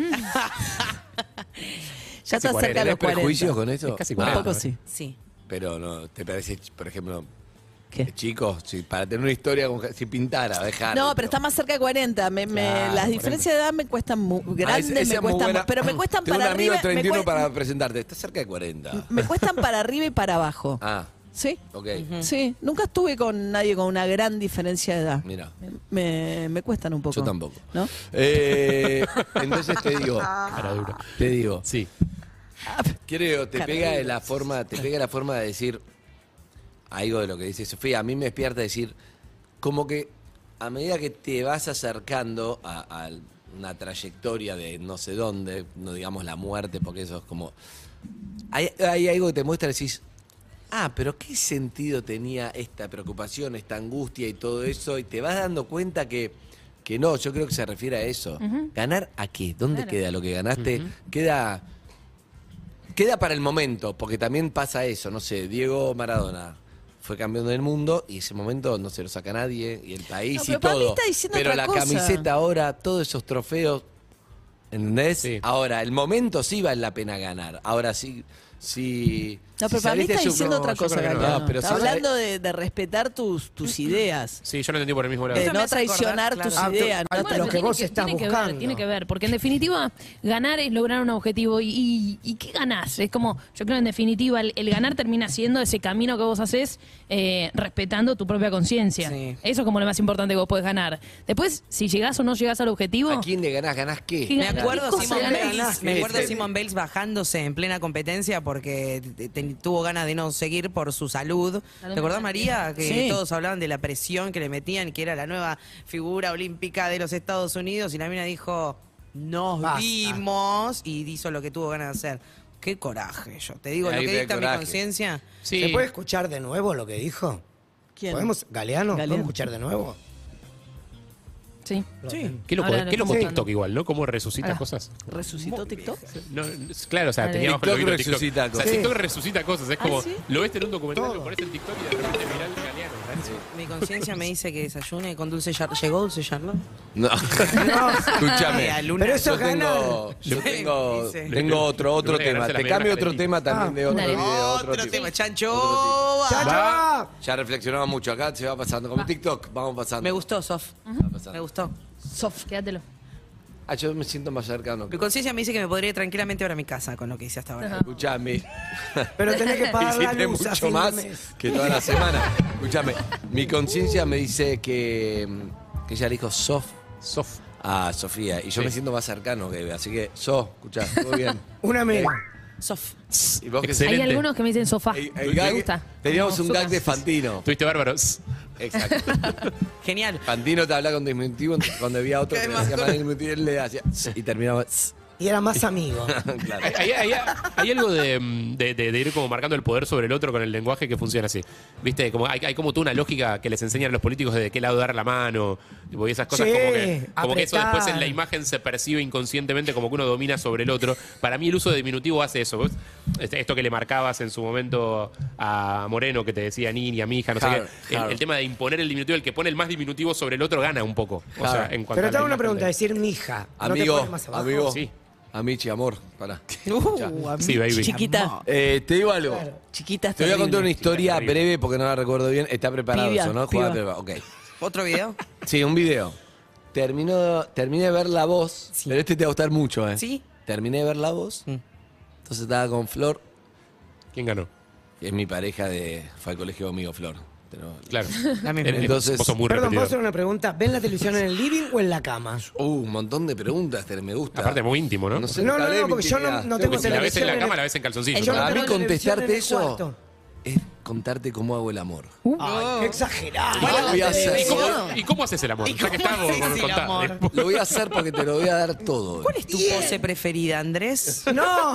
[SPEAKER 1] Ya está cerca de
[SPEAKER 4] ¿Tenés
[SPEAKER 1] los 40.
[SPEAKER 4] prejuicios con eso?
[SPEAKER 5] Es casi
[SPEAKER 1] Un
[SPEAKER 5] 40.
[SPEAKER 1] poco sí.
[SPEAKER 3] Sí.
[SPEAKER 4] Pero no, ¿te parece, por ejemplo,
[SPEAKER 1] ¿Qué?
[SPEAKER 4] chicos, si para tener una historia con si pintara, dejar?
[SPEAKER 1] No, pero está más cerca de 40.
[SPEAKER 4] Claro,
[SPEAKER 1] las diferencias de edad me cuestan grandes, me cuestan, pero me cuestan
[SPEAKER 4] Tengo
[SPEAKER 1] para
[SPEAKER 4] un amigo
[SPEAKER 1] arriba.
[SPEAKER 4] de 31
[SPEAKER 1] me,
[SPEAKER 4] para presentarte, está cerca de 40.
[SPEAKER 1] me cuestan para arriba y para abajo.
[SPEAKER 4] Ah,
[SPEAKER 1] ¿Sí?
[SPEAKER 4] ok.
[SPEAKER 1] Sí, nunca estuve con nadie con una gran diferencia de edad.
[SPEAKER 4] Mira.
[SPEAKER 1] Me cuestan un poco.
[SPEAKER 4] Yo tampoco.
[SPEAKER 1] ¿No?
[SPEAKER 4] Entonces te digo,
[SPEAKER 5] Cara dura.
[SPEAKER 4] sí, creo, te pega la forma de decir algo de lo que dice Sofía. A mí me despierta decir, como que a medida que te vas acercando a una trayectoria de no sé dónde, no digamos la muerte, porque eso es como... Hay algo que te muestra y decís, pero ¿qué sentido tenía esta preocupación, esta angustia y todo eso? Y te vas dando cuenta que no, yo creo que se refiere a eso. ¿Ganar a qué? ¿Dónde queda lo que ganaste? Queda para el momento, porque también pasa eso, no sé, Diego Maradona fue campeón del mundo y ese momento no se lo saca nadie, y el país
[SPEAKER 1] No,
[SPEAKER 4] y
[SPEAKER 1] pero para mí
[SPEAKER 4] todo.
[SPEAKER 1] está diciendo
[SPEAKER 4] Pero
[SPEAKER 1] otra
[SPEAKER 4] la
[SPEAKER 1] cosa.
[SPEAKER 4] camiseta ahora, todos esos trofeos, ¿entendés?
[SPEAKER 5] Sí.
[SPEAKER 4] Ahora, el momento sí vale la pena ganar. Ahora sí.
[SPEAKER 1] No, pero para mí está diciendo otra cosa,
[SPEAKER 5] creo que no.
[SPEAKER 1] Galeano.
[SPEAKER 4] No, pero
[SPEAKER 1] Está
[SPEAKER 4] sí,
[SPEAKER 1] hablando de respetar tus ideas.
[SPEAKER 5] Sí, yo lo entendí por el mismo lado.
[SPEAKER 1] De
[SPEAKER 3] Eso me
[SPEAKER 1] no
[SPEAKER 3] hace acordar,
[SPEAKER 1] traicionar
[SPEAKER 3] claro.
[SPEAKER 1] tus
[SPEAKER 6] Ah,
[SPEAKER 1] ideas.
[SPEAKER 6] ah,
[SPEAKER 1] no
[SPEAKER 6] bueno, lo que vos estás buscando.
[SPEAKER 7] Tiene que ver, porque en definitiva, ganar es lograr un objetivo. ¿Y qué ganás? Es como, yo creo en definitiva, el ganar termina siendo ese camino que vos haces respetando tu propia conciencia.
[SPEAKER 3] Sí.
[SPEAKER 7] Eso es como lo más importante que vos podés ganar. Después, si llegás o no llegás al objetivo,
[SPEAKER 4] ¿A quién le ganás? ¿Ganás qué?
[SPEAKER 7] ¿Qué
[SPEAKER 3] Me
[SPEAKER 7] ganás?
[SPEAKER 3] acuerdo
[SPEAKER 7] ¿Qué cosa
[SPEAKER 3] Simon
[SPEAKER 7] ganás?
[SPEAKER 3] Bales, me acuerdo
[SPEAKER 4] Sí.
[SPEAKER 3] Simon Bales bajándose en plena competencia porque tuvo ganas de no seguir por su salud. ¿Te acordás, María? Que
[SPEAKER 1] Sí.
[SPEAKER 3] todos hablaban de la presión que le metían, que era la nueva figura olímpica de los Estados Unidos, y la mina dijo, nos
[SPEAKER 6] Basta.
[SPEAKER 3] vimos, y hizo lo que tuvo ganas de hacer. Qué coraje, yo. Te digo,
[SPEAKER 4] Ahí
[SPEAKER 3] lo que
[SPEAKER 4] ve
[SPEAKER 3] dicta mi
[SPEAKER 4] coraje.
[SPEAKER 3] conciencia.
[SPEAKER 5] Sí.
[SPEAKER 6] ¿Se puede escuchar de nuevo lo que dijo?
[SPEAKER 1] ¿Quién?
[SPEAKER 6] ¿Galeano?
[SPEAKER 1] Galeano.
[SPEAKER 6] ¿Podemos escuchar de nuevo?
[SPEAKER 7] Sí.
[SPEAKER 5] Qué loco,
[SPEAKER 7] Ahora lo
[SPEAKER 5] qué loco
[SPEAKER 7] estoy
[SPEAKER 5] TikTok igual, ¿no? Cómo resucita
[SPEAKER 7] Ahora.
[SPEAKER 5] cosas.
[SPEAKER 1] ¿Resucitó TikTok?
[SPEAKER 5] No, claro, o sea,
[SPEAKER 7] Ahora.
[SPEAKER 5] tenía bajo el
[SPEAKER 4] TikTok
[SPEAKER 5] loguito de
[SPEAKER 4] resucita
[SPEAKER 5] O sea,
[SPEAKER 4] cosas.
[SPEAKER 5] TikTok resucita cosas. Es como,
[SPEAKER 1] ¿sí?
[SPEAKER 5] lo ves en un documental, lo pones en TikTok y de repente mirá el Galeano.
[SPEAKER 3] Mi conciencia me dice que desayune con dulce Charlotte. ¿Llegó dulce Charlotte?
[SPEAKER 4] No. Escúchame.
[SPEAKER 3] Ay, Luna.
[SPEAKER 6] Pero eso es ganar.
[SPEAKER 4] Tengo otro
[SPEAKER 5] Luna
[SPEAKER 4] tema.
[SPEAKER 5] ganarse la
[SPEAKER 4] Te
[SPEAKER 5] medalla
[SPEAKER 4] cambio otro
[SPEAKER 5] Canetti.
[SPEAKER 4] tema también de otro
[SPEAKER 7] Dale.
[SPEAKER 4] video.
[SPEAKER 3] Otro
[SPEAKER 4] tipo.
[SPEAKER 3] tema, Chancho.
[SPEAKER 6] ¡Chacho!
[SPEAKER 5] Va.
[SPEAKER 4] Ya reflexionaba mucho acá, se va pasando. Como TikTok, vamos pasando.
[SPEAKER 3] Me gustó, Sof.
[SPEAKER 4] Va pasando.
[SPEAKER 3] Me gustó.
[SPEAKER 1] Sof.
[SPEAKER 7] Quédatelo.
[SPEAKER 4] Yo me siento más cercano.
[SPEAKER 3] Mi conciencia me dice que me podría ir tranquilamente ahora a mi casa con lo que hice hasta ahora.
[SPEAKER 4] Escuchame.
[SPEAKER 6] Pero tenés que pagar la
[SPEAKER 4] Hiciste
[SPEAKER 6] luz a
[SPEAKER 4] mucho
[SPEAKER 6] fin de
[SPEAKER 4] más
[SPEAKER 6] mes.
[SPEAKER 4] que toda la semana. Escúchame. Mi conciencia me dice que ella le dijo Sof
[SPEAKER 5] Sof.
[SPEAKER 4] a Sofía. Y yo me siento más cercano que así que, escuchá, todo bien.
[SPEAKER 6] Una menos.
[SPEAKER 3] Sof.
[SPEAKER 4] ¿Y vos qué
[SPEAKER 5] Excelente.
[SPEAKER 7] Hay algunos que me dicen sofá.
[SPEAKER 4] El
[SPEAKER 7] Me
[SPEAKER 4] gag-
[SPEAKER 7] gusta.
[SPEAKER 4] Teníamos
[SPEAKER 7] Como
[SPEAKER 4] un gag de
[SPEAKER 7] sofá.
[SPEAKER 4] Fantino.
[SPEAKER 5] Tuviste bárbaro.
[SPEAKER 4] Exacto.
[SPEAKER 3] Genial.
[SPEAKER 4] Fantino te habla con diminutivo, entonces cuando había otro que le hacía mal diminutivo, él le hacía y terminaba.
[SPEAKER 6] Y era más amigo.
[SPEAKER 4] Claro.
[SPEAKER 5] Hay algo de ir como marcando el poder sobre el otro con el lenguaje que funciona así. ¿Viste? Como hay como toda una lógica que les enseñan a los políticos de qué lado dar la mano. Y esas cosas
[SPEAKER 6] Sí,
[SPEAKER 5] como que eso después en la
[SPEAKER 6] apretar.
[SPEAKER 5] imagen se percibe inconscientemente como que uno domina sobre el otro. Para mí el uso de diminutivo hace eso. ¿Ves? Esto que le marcabas en su momento a Moreno, que te decía niña, mi hija, no
[SPEAKER 4] Claro,
[SPEAKER 5] sé qué.
[SPEAKER 4] claro.
[SPEAKER 5] El tema de imponer el diminutivo, el que pone el más diminutivo sobre el otro gana un poco. O sea,
[SPEAKER 4] Claro.
[SPEAKER 5] en cuanto
[SPEAKER 6] Pero
[SPEAKER 5] a
[SPEAKER 6] te hago
[SPEAKER 5] la
[SPEAKER 6] una
[SPEAKER 5] imagen
[SPEAKER 6] pregunta,
[SPEAKER 5] de-
[SPEAKER 6] decir mija. ¿No te
[SPEAKER 4] Amigo,
[SPEAKER 6] pones más abajo?
[SPEAKER 4] amigo.
[SPEAKER 5] Sí.
[SPEAKER 4] Amichi, amor, pará.
[SPEAKER 5] Sí, baby.
[SPEAKER 1] Chiquita.
[SPEAKER 4] Te digo algo.
[SPEAKER 1] Chiquita.
[SPEAKER 4] Te voy a contar una historia
[SPEAKER 5] Terrible.
[SPEAKER 4] breve porque no la recuerdo bien. Está preparado
[SPEAKER 1] Pibia,
[SPEAKER 4] eso, ¿no?
[SPEAKER 1] piba.
[SPEAKER 4] Jugada preparada. Ok.
[SPEAKER 3] ¿Otro video?
[SPEAKER 4] Sí, un video. Terminé de ver La Voz, pero este te va a gustar mucho, ¿eh?
[SPEAKER 3] Sí.
[SPEAKER 4] Terminé de ver La Voz, entonces estaba con Flor,
[SPEAKER 5] ¿Quién ganó?
[SPEAKER 4] que es mi pareja fue al colegio conmigo, Flor. Pero-
[SPEAKER 5] Claro.
[SPEAKER 3] La misma.
[SPEAKER 4] Entonces-
[SPEAKER 5] Vos sos muy
[SPEAKER 6] Perdón, ¿puedo hacer
[SPEAKER 5] repetidor.
[SPEAKER 6] una pregunta? ¿Ven la televisión en el living o en la cama?
[SPEAKER 4] Un montón de preguntas, me gusta.
[SPEAKER 5] Aparte muy íntimo, ¿no?
[SPEAKER 4] No sé,
[SPEAKER 6] No,
[SPEAKER 4] te
[SPEAKER 6] no,
[SPEAKER 4] hablé de
[SPEAKER 6] no,
[SPEAKER 4] mi
[SPEAKER 6] porque yo no
[SPEAKER 4] intimidad.
[SPEAKER 6] tengo
[SPEAKER 5] Si la ves en la
[SPEAKER 6] televisión
[SPEAKER 5] cama,
[SPEAKER 6] en-
[SPEAKER 5] la ves en calzoncillo.
[SPEAKER 6] Yo no
[SPEAKER 4] Para mí
[SPEAKER 6] tengo televisión
[SPEAKER 4] contestarte
[SPEAKER 6] en el
[SPEAKER 4] eso
[SPEAKER 6] cuarto.
[SPEAKER 4] es contarte cómo hago el amor.
[SPEAKER 6] Ay, qué exagerado.
[SPEAKER 4] Lo voy a hacer.
[SPEAKER 5] ¿Y cómo haces el amor? Ya que estamos con contar.
[SPEAKER 4] Lo voy a hacer porque te lo voy a dar todo.
[SPEAKER 3] ¿Cuál es tu pose preferida, Andrés?
[SPEAKER 6] No.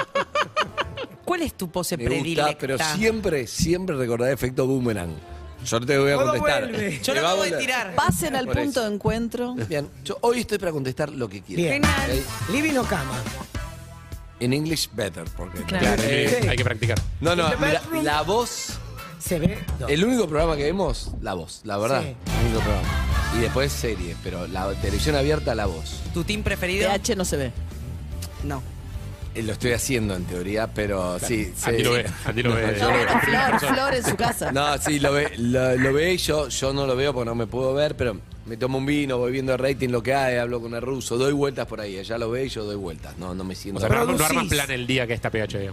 [SPEAKER 3] ¿Cuál es tu pose
[SPEAKER 4] Me
[SPEAKER 3] predilecta?
[SPEAKER 4] gusta, pero siempre recordar efecto boomerang. Yo te voy a
[SPEAKER 6] Todo
[SPEAKER 4] contestar.
[SPEAKER 6] vuelve.
[SPEAKER 3] Yo
[SPEAKER 4] Te
[SPEAKER 3] lo
[SPEAKER 4] va a
[SPEAKER 3] acabo de
[SPEAKER 4] volver.
[SPEAKER 3] tirar.
[SPEAKER 1] Pasen al
[SPEAKER 4] Por
[SPEAKER 1] punto
[SPEAKER 4] eso.
[SPEAKER 1] de encuentro.
[SPEAKER 4] Bien, yo hoy estoy para contestar lo que quieras.
[SPEAKER 6] Bien.
[SPEAKER 3] Genial.
[SPEAKER 4] ¿Ok?
[SPEAKER 6] Living o cama.
[SPEAKER 4] En English better, porque
[SPEAKER 5] Claro, hay que practicar.
[SPEAKER 4] no,
[SPEAKER 6] In the
[SPEAKER 4] mira,
[SPEAKER 6] bedroom.
[SPEAKER 4] La Voz,
[SPEAKER 6] Se ve.
[SPEAKER 4] el único programa que vemos, La Voz, la verdad,
[SPEAKER 6] Sí.
[SPEAKER 4] el único programa. Y después series, pero la televisión abierta, La Voz.
[SPEAKER 3] ¿Tu team preferido?
[SPEAKER 1] PH no se ve.
[SPEAKER 3] No.
[SPEAKER 4] Lo estoy haciendo en teoría, pero sí.
[SPEAKER 5] Andy lo ve. Andy lo ve.
[SPEAKER 1] No, bueno, Flor en su casa.
[SPEAKER 4] No, sí, lo ve, yo no lo veo porque no me puedo ver, pero me tomo un vino, voy viendo el rating, lo que hay, hablo con el ruso, doy vueltas por ahí. Ella lo ve y yo doy vueltas. No me siento.
[SPEAKER 5] O sea, no
[SPEAKER 6] Producís.
[SPEAKER 5] arman plan el día que está PH, digamos.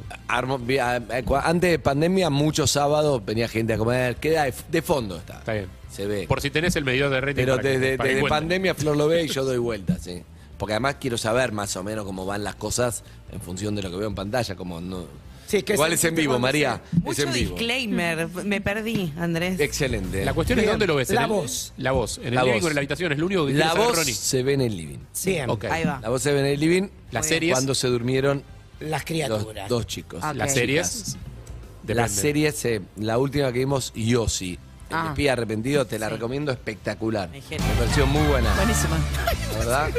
[SPEAKER 4] Antes de pandemia, muchos sábados venía gente a comer, queda de fondo está.
[SPEAKER 5] Está bien.
[SPEAKER 4] Se ve.
[SPEAKER 5] Por si tenés el medidor de rating.
[SPEAKER 4] Pero
[SPEAKER 5] para que-
[SPEAKER 4] desde
[SPEAKER 5] para que cuente.
[SPEAKER 4] pandemia Flor lo ve y yo doy vueltas, sí. Porque además quiero saber más o menos cómo van las cosas en función de lo que veo en pantalla, como no.
[SPEAKER 6] Sí, que
[SPEAKER 4] Igual es en vivo, María. Es
[SPEAKER 3] Mucho
[SPEAKER 4] en vivo.
[SPEAKER 3] disclaimer. Me perdí, Andrés.
[SPEAKER 4] Excelente.
[SPEAKER 5] La cuestión es
[SPEAKER 6] Bien.
[SPEAKER 5] dónde lo ves.
[SPEAKER 6] La
[SPEAKER 5] En el-
[SPEAKER 6] Voz.
[SPEAKER 5] La voz. En el
[SPEAKER 4] La
[SPEAKER 5] living
[SPEAKER 4] Voz.
[SPEAKER 5] o en la habitación. Es lo único que
[SPEAKER 4] La
[SPEAKER 5] quiere saber
[SPEAKER 4] Voz
[SPEAKER 5] Ronnie.
[SPEAKER 4] se ve en el living.
[SPEAKER 6] Bien.
[SPEAKER 5] Ok.
[SPEAKER 3] Ahí va.
[SPEAKER 4] La Voz se ve en el living
[SPEAKER 5] Las series.
[SPEAKER 4] cuando se durmieron
[SPEAKER 6] Las
[SPEAKER 4] los
[SPEAKER 6] criaturas.
[SPEAKER 4] dos chicos.
[SPEAKER 3] Ok.
[SPEAKER 5] Las series.
[SPEAKER 4] Las
[SPEAKER 5] depende.
[SPEAKER 4] series, la última que vimos, Yossi. El
[SPEAKER 3] Ah.
[SPEAKER 4] espía arrepentido, te la recomiendo, espectacular.
[SPEAKER 3] Ay,
[SPEAKER 4] Me
[SPEAKER 3] genio.
[SPEAKER 4] pareció muy buena,
[SPEAKER 1] Buenísima.
[SPEAKER 4] la verdad.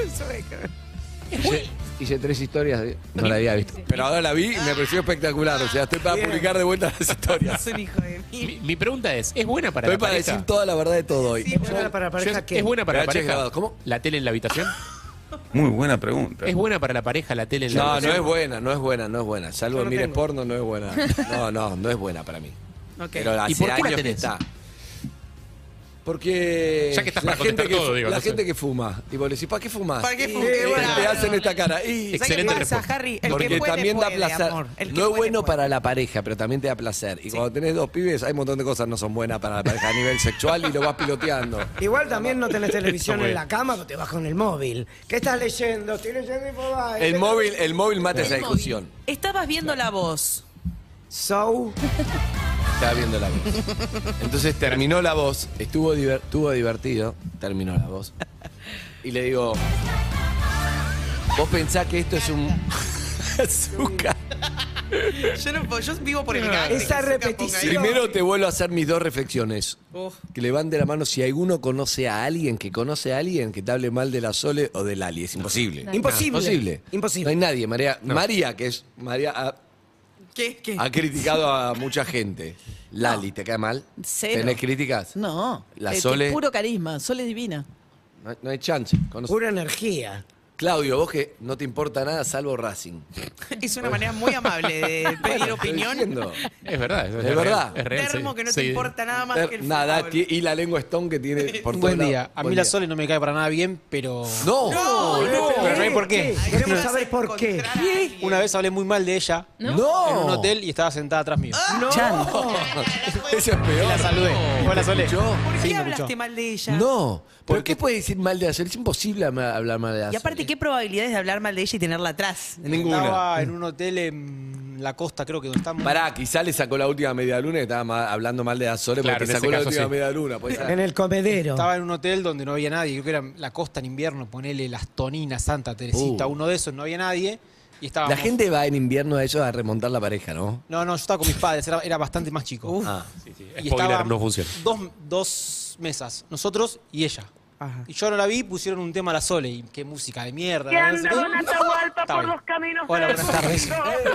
[SPEAKER 4] Hice 3 historias, no la había visto. Pero ahora la vi y me pareció espectacular. O sea, estoy para publicar de vuelta las historias.
[SPEAKER 3] Es un hijo de mil.
[SPEAKER 5] Mi pregunta es buena para
[SPEAKER 4] Estoy
[SPEAKER 5] la
[SPEAKER 4] para
[SPEAKER 5] pareja?
[SPEAKER 4] decir toda la verdad de todo hoy.
[SPEAKER 6] Es buena para la pareja que.
[SPEAKER 5] ¿Es buena para la
[SPEAKER 4] PH
[SPEAKER 5] pareja
[SPEAKER 4] grabado. ¿Cómo?
[SPEAKER 5] la tele en la habitación?
[SPEAKER 8] Muy buena pregunta.
[SPEAKER 5] ¿Es buena para la pareja la tele en la
[SPEAKER 4] No, no
[SPEAKER 5] habitación?
[SPEAKER 4] es buena, no es buena, no es buena. Salvo
[SPEAKER 6] Yo
[SPEAKER 4] en
[SPEAKER 6] no
[SPEAKER 4] mires
[SPEAKER 6] tengo.
[SPEAKER 4] porno, no es buena. No es buena para mí.
[SPEAKER 3] Ok.
[SPEAKER 4] Pero hace
[SPEAKER 5] ¿Y por qué la
[SPEAKER 4] años que
[SPEAKER 5] tenés?
[SPEAKER 4] está. Porque
[SPEAKER 5] Ya que estás
[SPEAKER 4] la
[SPEAKER 5] para
[SPEAKER 4] gente
[SPEAKER 5] contestar todo, digo,
[SPEAKER 4] la
[SPEAKER 5] no sé.
[SPEAKER 4] gente que fuma, tipo, le decís, ¿para qué fumas?
[SPEAKER 3] ¿Para qué
[SPEAKER 4] Y
[SPEAKER 3] fumas?
[SPEAKER 4] te hacen esta cara. Y
[SPEAKER 3] ¿Sabes qué
[SPEAKER 5] Excelente
[SPEAKER 3] pasa,
[SPEAKER 5] respuesta.
[SPEAKER 3] Harry? El
[SPEAKER 4] porque
[SPEAKER 3] que puede,
[SPEAKER 4] también da
[SPEAKER 3] puede,
[SPEAKER 4] placer.
[SPEAKER 3] amor. El que
[SPEAKER 4] No es
[SPEAKER 3] puede,
[SPEAKER 4] bueno
[SPEAKER 3] puede.
[SPEAKER 4] para la pareja, pero también te da placer. Y cuando tenés dos pibes, hay un montón de cosas que no son buenas para la pareja a nivel sexual y lo vas piloteando.
[SPEAKER 6] Igual también no tenés televisión
[SPEAKER 5] Muy
[SPEAKER 6] en
[SPEAKER 5] bien.
[SPEAKER 6] la cama, pero te vas con el móvil. ¿Qué estás leyendo? Estoy leyendo Infobae.
[SPEAKER 4] El móvil mata esa discusión.
[SPEAKER 3] Estabas viendo La Voz.
[SPEAKER 6] So.
[SPEAKER 4] Estaba viendo La Voz. Entonces terminó La Voz, estuvo divertido, terminó La Voz. Y le digo, vos pensás que esto es un azúcar.
[SPEAKER 3] Yo vivo por el gag.
[SPEAKER 6] Esa repetición.
[SPEAKER 4] Primero te vuelvo a hacer mis dos reflexiones.
[SPEAKER 3] Uf.
[SPEAKER 4] Que levante la mano si alguno conoce a alguien que te hable mal de la Sole o de Lali. Es imposible.
[SPEAKER 6] Imposible.
[SPEAKER 4] Imposible.
[SPEAKER 6] Imposible.
[SPEAKER 4] No hay nadie. María, que es María,
[SPEAKER 3] ¿Qué?
[SPEAKER 4] ha criticado a mucha gente. Lali, ¿te cae mal?
[SPEAKER 1] Cero.
[SPEAKER 4] ¿Tenés críticas?
[SPEAKER 1] No.
[SPEAKER 4] La Sole.
[SPEAKER 1] Puro carisma. Sole divina.
[SPEAKER 4] No hay chance.
[SPEAKER 6] Pura energía.
[SPEAKER 4] Claudio, vos que no te importa nada salvo Racing.
[SPEAKER 3] Es una manera muy amable de pedir
[SPEAKER 4] Estoy
[SPEAKER 3] opinión.
[SPEAKER 4] diciendo.
[SPEAKER 5] Es verdad. Es
[SPEAKER 4] verdad.
[SPEAKER 5] Es real.
[SPEAKER 3] Termo
[SPEAKER 5] sí.
[SPEAKER 3] que no te
[SPEAKER 5] Sí.
[SPEAKER 3] importa nada más que el
[SPEAKER 4] Nada,
[SPEAKER 3] fútbol.
[SPEAKER 4] y la lengua Stone que tiene por
[SPEAKER 10] Un
[SPEAKER 4] todos
[SPEAKER 10] buen día.
[SPEAKER 4] lados.
[SPEAKER 10] A mí
[SPEAKER 4] Buen
[SPEAKER 10] la
[SPEAKER 4] día.
[SPEAKER 10] Sole no me cae para nada bien, pero.
[SPEAKER 4] No,
[SPEAKER 10] Pero no hay por qué.
[SPEAKER 6] Queremos saber por qué.
[SPEAKER 10] Una vez hablé muy mal de ella en un hotel y estaba sentada atrás mío.
[SPEAKER 6] No.
[SPEAKER 4] Eso es
[SPEAKER 10] Y
[SPEAKER 4] peor.
[SPEAKER 10] la saludé. Hola, Sole.
[SPEAKER 4] ¿Escuchó?
[SPEAKER 3] ¿Por qué
[SPEAKER 10] Sí, me
[SPEAKER 3] hablaste
[SPEAKER 10] escuchó.
[SPEAKER 3] mal de ella?
[SPEAKER 4] No, ¿por qué puedes decir mal de la Sole? Es imposible hablar mal de la
[SPEAKER 3] Y aparte,
[SPEAKER 4] Sole.
[SPEAKER 3] ¿qué probabilidades de hablar mal de ella y tenerla atrás?
[SPEAKER 4] Ninguna.
[SPEAKER 10] Estaba en un hotel en la costa, creo que donde está.
[SPEAKER 4] Pará, quizá le sacó la última media luna y estaba hablando mal de Azores
[SPEAKER 5] Claro,
[SPEAKER 4] porque
[SPEAKER 5] en
[SPEAKER 4] sacó
[SPEAKER 5] ese
[SPEAKER 4] la
[SPEAKER 5] caso
[SPEAKER 4] última
[SPEAKER 5] sí.
[SPEAKER 4] media luna. Pues,
[SPEAKER 6] En el comedero.
[SPEAKER 10] Estaba en un hotel donde no había nadie, creo que era la costa en invierno, ponele Las Toninas, Santa Teresita, uno de esos, no había nadie. Y estábamos...
[SPEAKER 4] la gente va en invierno a ellos a remontar la pareja, ¿no?
[SPEAKER 10] No, yo estaba con mis padres, era bastante más chico.
[SPEAKER 4] Ah.
[SPEAKER 5] Sí, sí.
[SPEAKER 10] Y
[SPEAKER 5] Spoiler,
[SPEAKER 10] estaban
[SPEAKER 5] no funciona.
[SPEAKER 10] dos mesas, nosotros y ella.
[SPEAKER 6] Ajá.
[SPEAKER 10] Y yo no la vi, pusieron un tema a la Sole. Y qué música de mierda.
[SPEAKER 11] Que
[SPEAKER 10] no sé qué.
[SPEAKER 11] anda con Atahualpa
[SPEAKER 10] Está
[SPEAKER 11] por
[SPEAKER 10] bien.
[SPEAKER 11] los caminos
[SPEAKER 10] Hola,
[SPEAKER 11] del
[SPEAKER 10] buenas tardes.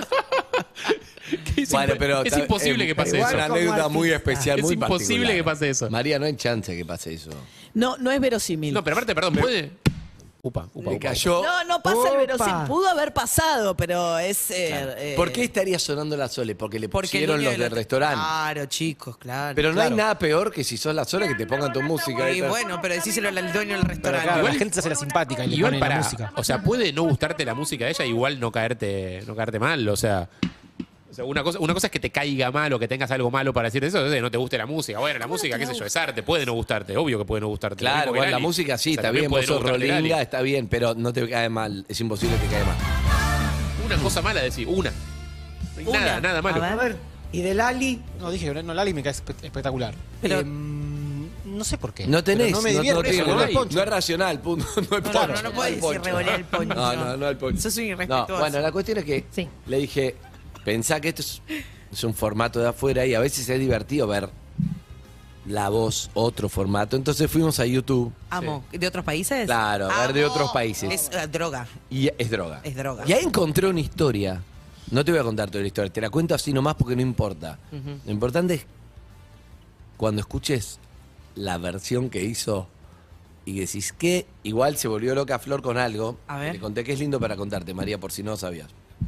[SPEAKER 5] Es
[SPEAKER 4] Bueno,
[SPEAKER 5] imp-
[SPEAKER 4] pero
[SPEAKER 5] es
[SPEAKER 4] está-
[SPEAKER 5] imposible que pase
[SPEAKER 4] es
[SPEAKER 6] igual
[SPEAKER 5] eso.
[SPEAKER 4] una anécdota muy especial,
[SPEAKER 5] Es
[SPEAKER 4] muy
[SPEAKER 5] imposible
[SPEAKER 4] particular.
[SPEAKER 5] que pase eso.
[SPEAKER 4] María, no hay chance que pase eso.
[SPEAKER 1] No, no es verosímil.
[SPEAKER 5] No, pero aparte, perdón, puede. Upa, upa,
[SPEAKER 4] Le
[SPEAKER 5] upa.
[SPEAKER 4] cayó.
[SPEAKER 1] No, no pasa el
[SPEAKER 6] Opa.
[SPEAKER 1] verosímil. Pudo haber pasado, pero es...
[SPEAKER 4] ¿Por qué estaría sonando la Sole? Porque le
[SPEAKER 3] Porque el
[SPEAKER 4] pusieron
[SPEAKER 3] dueño
[SPEAKER 4] los del restaurante.
[SPEAKER 3] Claro, chicos, claro.
[SPEAKER 4] Pero no hay
[SPEAKER 3] claro.
[SPEAKER 4] nada peor que si sos la Sole que te pongan tu música.
[SPEAKER 3] Y bueno, pero decíselo al dueño del
[SPEAKER 10] Pero
[SPEAKER 3] restaurante.
[SPEAKER 10] claro,
[SPEAKER 5] Igual-
[SPEAKER 10] la gente se hace la simpática y le
[SPEAKER 5] Igual
[SPEAKER 10] pone
[SPEAKER 5] para,
[SPEAKER 10] la música.
[SPEAKER 5] o sea, puede no gustarte la música de ella, igual no caerte mal, o sea, una cosa es que te caiga mal o que tengas algo malo para decir eso, no te guste la música. Bueno, la música, qué sé yo, es arte, puede no gustarte, obvio que puede no gustarte. Lo
[SPEAKER 4] Claro,
[SPEAKER 5] mismo que
[SPEAKER 4] bueno, la
[SPEAKER 5] Lali.
[SPEAKER 4] música sí,
[SPEAKER 5] O sea,
[SPEAKER 4] está
[SPEAKER 5] también
[SPEAKER 4] bien,
[SPEAKER 5] puede
[SPEAKER 4] vos
[SPEAKER 5] no
[SPEAKER 4] sos
[SPEAKER 5] gustarte Lali.
[SPEAKER 4] rolinga, está bien, pero no te cae mal, es imposible que te caiga mal.
[SPEAKER 5] Una cosa mala decir, una. No hay nada malo.
[SPEAKER 6] A ver, ¿y de Lali?
[SPEAKER 10] No, dije que no, Lali me cae espectacular.
[SPEAKER 3] Pero-
[SPEAKER 10] No sé por qué.
[SPEAKER 4] No tenés,
[SPEAKER 10] Pero no me
[SPEAKER 4] no,
[SPEAKER 10] divierte
[SPEAKER 4] tiene-
[SPEAKER 10] eso,
[SPEAKER 4] no
[SPEAKER 10] no
[SPEAKER 4] es
[SPEAKER 10] es poncho.
[SPEAKER 4] no es racional, punto. No es
[SPEAKER 3] No,
[SPEAKER 4] poncho.
[SPEAKER 3] no puedes
[SPEAKER 4] es
[SPEAKER 3] decir
[SPEAKER 4] poncho.
[SPEAKER 3] revolear el poncho.
[SPEAKER 4] No, el poncho.
[SPEAKER 3] Sos un irrespetuoso.
[SPEAKER 4] No, bueno, la cuestión es que
[SPEAKER 7] Sí.
[SPEAKER 4] le dije, pensá que esto es un formato de afuera y a veces es divertido ver La Voz, otro formato. Entonces fuimos a YouTube
[SPEAKER 3] Amo. ¿De otros países?
[SPEAKER 4] Claro, a ver de
[SPEAKER 3] Amo.
[SPEAKER 4] otros países.
[SPEAKER 3] Es droga.
[SPEAKER 4] y es droga.
[SPEAKER 3] Es droga.
[SPEAKER 4] Y ahí encontré una historia. No te voy a contar toda la historia, te la cuento así nomás porque no importa. Lo importante es cuando escuches la versión que hizo y decís que igual se volvió loca Flor con algo.
[SPEAKER 3] A ver.
[SPEAKER 4] Te conté que es lindo para contarte, María, por si no sabías.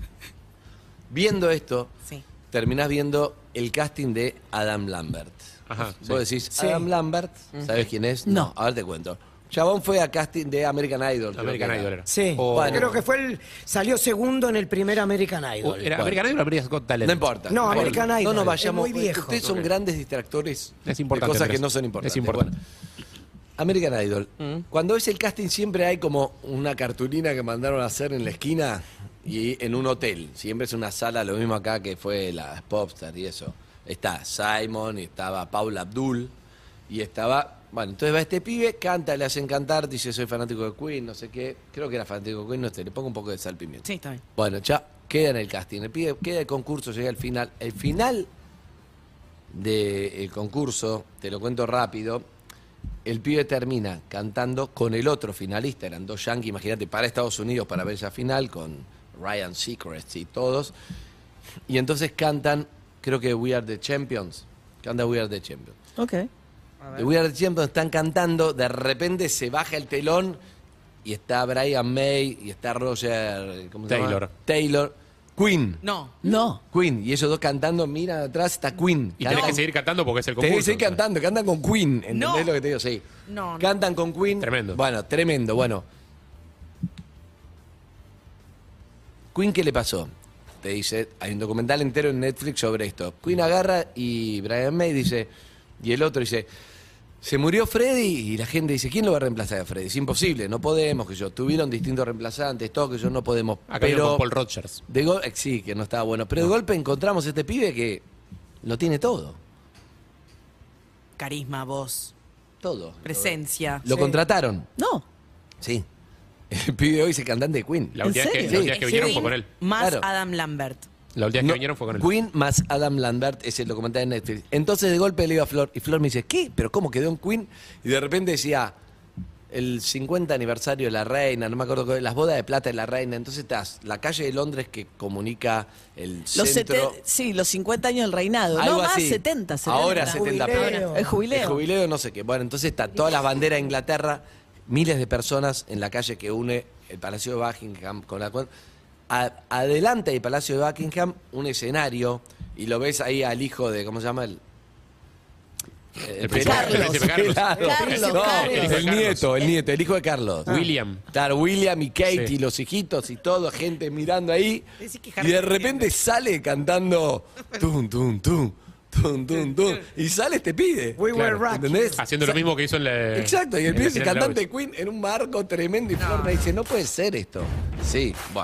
[SPEAKER 4] Viendo esto,
[SPEAKER 3] Sí.
[SPEAKER 4] terminás viendo el casting de Adam Lambert.
[SPEAKER 5] Ajá,
[SPEAKER 4] Vos decís, Adam Lambert, ¿sabes quién es?
[SPEAKER 1] No.
[SPEAKER 4] A ver, te cuento. Chabón fue a casting de American Idol. creo
[SPEAKER 5] American
[SPEAKER 4] que
[SPEAKER 5] Idol era.
[SPEAKER 6] Sí.
[SPEAKER 5] O-
[SPEAKER 4] Bueno.
[SPEAKER 6] Creo que salió segundo en el primer American Idol.
[SPEAKER 5] ¿Era American Idol o American Got Talent?
[SPEAKER 4] No importa.
[SPEAKER 6] No,
[SPEAKER 4] Bueno,
[SPEAKER 6] American Idol,
[SPEAKER 4] No nos
[SPEAKER 6] es
[SPEAKER 4] vayamos.
[SPEAKER 6] muy viejo.
[SPEAKER 4] Ustedes son
[SPEAKER 5] Ok.
[SPEAKER 4] grandes distractores
[SPEAKER 5] Es
[SPEAKER 4] de
[SPEAKER 5] importante,
[SPEAKER 4] cosas que
[SPEAKER 5] Andrés.
[SPEAKER 4] no son importantes.
[SPEAKER 5] Es importante.
[SPEAKER 4] Bueno, American Idol. Cuando ves el casting siempre hay como una cartulina que mandaron a hacer en la esquina y en un hotel. Siempre es una sala, lo mismo acá que fue la Popstar y eso. Está Simon y estaba Paula Abdul y estaba... Bueno, entonces va este pibe, canta, le hacen cantar, dice soy fanático de Queen, no sé qué. Creo que era fanático de Queen, no sé, le pongo un poco de sal pimienta.
[SPEAKER 3] Sí, está bien.
[SPEAKER 4] Bueno, ya queda en el casting. El pibe queda el concurso, llega al final. El final del concurso, te lo cuento rápido, el pibe termina cantando con el otro finalista. Eran dos yankees, imagínate, para Estados Unidos para ver esa final, con Ryan Seacrest y todos. Y entonces cantan, creo que We Are the Champions. Canta We Are the Champions.
[SPEAKER 1] Ok.
[SPEAKER 4] De We Are the Champions están cantando, de repente se baja el telón y está Brian May y está Roger ¿cómo se llama?
[SPEAKER 5] Taylor.
[SPEAKER 4] Taylor. Queen.
[SPEAKER 3] No.
[SPEAKER 1] No.
[SPEAKER 4] Queen. Y ellos dos cantando, mira atrás está Queen.
[SPEAKER 5] Y tenés que seguir cantando porque es el concurso.
[SPEAKER 4] Tenés que seguir
[SPEAKER 5] o sea.
[SPEAKER 4] cantando, cantan con Queen. ¿Entendés
[SPEAKER 3] No.
[SPEAKER 4] lo que te digo? Sí.
[SPEAKER 3] No.
[SPEAKER 4] Cantan con Queen.
[SPEAKER 5] Tremendo.
[SPEAKER 4] Bueno, tremendo. Bueno. Queen, ¿qué le pasó? Te dice, hay un documental entero en Netflix sobre esto. Queen agarra y Brian May dice, y el otro dice, se murió Freddie y la gente dice, ¿quién lo va a reemplazar a Freddie? Es imposible, no podemos, que yo. Tuvieron distintos reemplazantes, todo que yo no podemos.
[SPEAKER 5] Acá vino con Paul Rodgers.
[SPEAKER 4] Sí, que no estaba bueno. Pero de golpe encontramos este pibe que lo tiene todo.
[SPEAKER 3] Carisma, voz,
[SPEAKER 4] Todo.
[SPEAKER 3] presencia.
[SPEAKER 4] Lo contrataron.
[SPEAKER 1] No.
[SPEAKER 4] Sí. El pibe hoy es el cantante de Queen.
[SPEAKER 5] La última vez que,
[SPEAKER 1] serio?
[SPEAKER 5] la última vez que vinieron
[SPEAKER 3] Queen
[SPEAKER 5] fue con él.
[SPEAKER 3] Más
[SPEAKER 4] Claro.
[SPEAKER 3] Adam Lambert.
[SPEAKER 5] La última vez
[SPEAKER 4] No,
[SPEAKER 5] que vinieron fue con él.
[SPEAKER 4] Queen más Adam Lambert es el documental de Netflix. Entonces de golpe le digo a Flor, y Flor me dice, ¿qué? ¿Pero cómo quedó en Queen? Y de repente decía, el 50 aniversario de la reina, no me acuerdo, las bodas de plata de la reina. Entonces estás, la calle de Londres que comunica el
[SPEAKER 1] Los
[SPEAKER 4] centro.
[SPEAKER 1] sí, los 50 años del reinado.
[SPEAKER 4] Algo
[SPEAKER 1] no más,
[SPEAKER 4] así.
[SPEAKER 1] 70.
[SPEAKER 4] Ahora 70.
[SPEAKER 6] Jubileo.
[SPEAKER 1] El jubileo.
[SPEAKER 4] El jubileo, no sé qué. Bueno, entonces está todas las banderas de Inglaterra, miles de personas en la calle que une el Palacio de Buckingham con la cual. Adelante del Palacio de Buckingham, un escenario, y lo ves ahí al hijo de, ¿cómo se llama? El
[SPEAKER 5] príncipe
[SPEAKER 1] Carlos.
[SPEAKER 5] el príncipe Carlos.
[SPEAKER 1] Carlos,
[SPEAKER 4] No,
[SPEAKER 1] Carlos.
[SPEAKER 4] el nieto, el hijo de Carlos.
[SPEAKER 5] William.
[SPEAKER 4] Claro, William y Kate
[SPEAKER 5] Sí.
[SPEAKER 4] y los hijitos y todo, gente mirando ahí.
[SPEAKER 3] Decís que
[SPEAKER 4] Y
[SPEAKER 3] Harry
[SPEAKER 4] de
[SPEAKER 3] está
[SPEAKER 4] repente sale cantando tum, tum, tum, tum, tum, tum. Y sale este pibe.
[SPEAKER 6] We were
[SPEAKER 5] Claro.
[SPEAKER 6] rocky.
[SPEAKER 4] ¿Entendés?
[SPEAKER 5] Haciendo lo mismo que hizo en la.
[SPEAKER 4] Exacto, y el
[SPEAKER 5] en la
[SPEAKER 4] pibe es el
[SPEAKER 5] final de la
[SPEAKER 4] cantante de Queen en un marco tremendo y Flor me dice, no puede ser esto. Sí, bueno.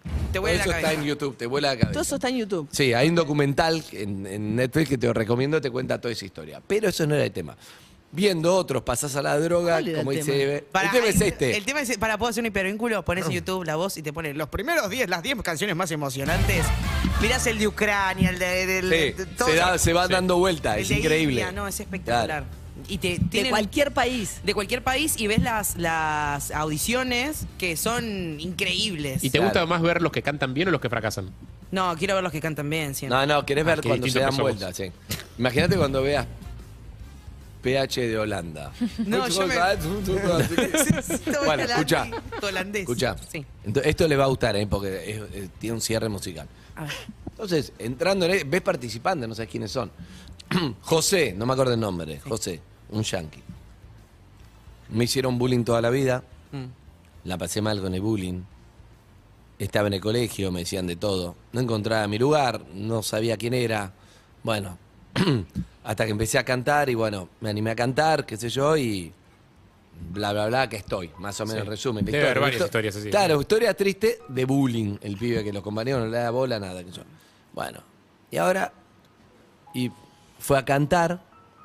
[SPEAKER 3] Te
[SPEAKER 4] Todo
[SPEAKER 3] vuela la
[SPEAKER 4] eso está
[SPEAKER 3] cabeza.
[SPEAKER 4] en YouTube, te vuela la cabeza.
[SPEAKER 1] Todo eso está en YouTube.
[SPEAKER 4] Sí, hay un documental en Netflix que te lo recomiendo, te cuenta toda esa historia. Pero eso no era el tema. Viendo otros, pasás a la droga,
[SPEAKER 1] ¿Cuál era
[SPEAKER 4] como
[SPEAKER 1] el
[SPEAKER 4] dice
[SPEAKER 1] tema?
[SPEAKER 4] Eve. El tema es este.
[SPEAKER 3] El tema es, para poder hacer un hipervínculo, pones en YouTube la voz y te pones los primeros 10, las 10 canciones más emocionantes. Mirás el de Ucrania, el de
[SPEAKER 4] Sí,
[SPEAKER 3] todo
[SPEAKER 4] se va dando vuelta,
[SPEAKER 3] el
[SPEAKER 4] es
[SPEAKER 3] de
[SPEAKER 4] increíble.
[SPEAKER 3] India, no, es espectacular.
[SPEAKER 4] Claro.
[SPEAKER 3] Y
[SPEAKER 1] De
[SPEAKER 3] tienen-
[SPEAKER 1] cualquier país.
[SPEAKER 3] de cualquier país y ves las audiciones que son increíbles.
[SPEAKER 5] ¿Y te
[SPEAKER 4] Claro.
[SPEAKER 5] gusta más ver los que cantan bien o los que fracasan?
[SPEAKER 3] No, quiero ver los que cantan bien siempre.
[SPEAKER 4] No, querés ver
[SPEAKER 5] qué
[SPEAKER 4] cuando se
[SPEAKER 5] distintos
[SPEAKER 4] dan
[SPEAKER 5] que somos.
[SPEAKER 4] vueltas, sí. Imagínate cuando veas PH de Holanda.
[SPEAKER 3] No, yo me-
[SPEAKER 4] Bueno, escucha.
[SPEAKER 3] Holandés.
[SPEAKER 4] Escucha.
[SPEAKER 3] Sí.
[SPEAKER 4] Entonces, esto le va a gustar, porque tiene un cierre musical.
[SPEAKER 3] A ver.
[SPEAKER 4] Entonces, entrando en ves participando, no sabes quiénes son. José, no me acuerdo el nombre, José, un yankee. Me hicieron bullying toda la vida, la pasé mal con el bullying. Estaba en el colegio, me decían de todo. No encontraba mi lugar, no sabía quién era. Bueno, hasta que empecé a cantar y bueno, me animé a cantar, qué sé yo, y bla, bla, bla, que estoy. Más o menos
[SPEAKER 5] Sí.
[SPEAKER 4] en resumen. la
[SPEAKER 5] Debe haber
[SPEAKER 4] historia.
[SPEAKER 5] varias historias así.
[SPEAKER 4] Claro, historia triste de bullying. El pibe que los compañeros no le da bola, nada. Que yo. Bueno, y ahora fue a cantar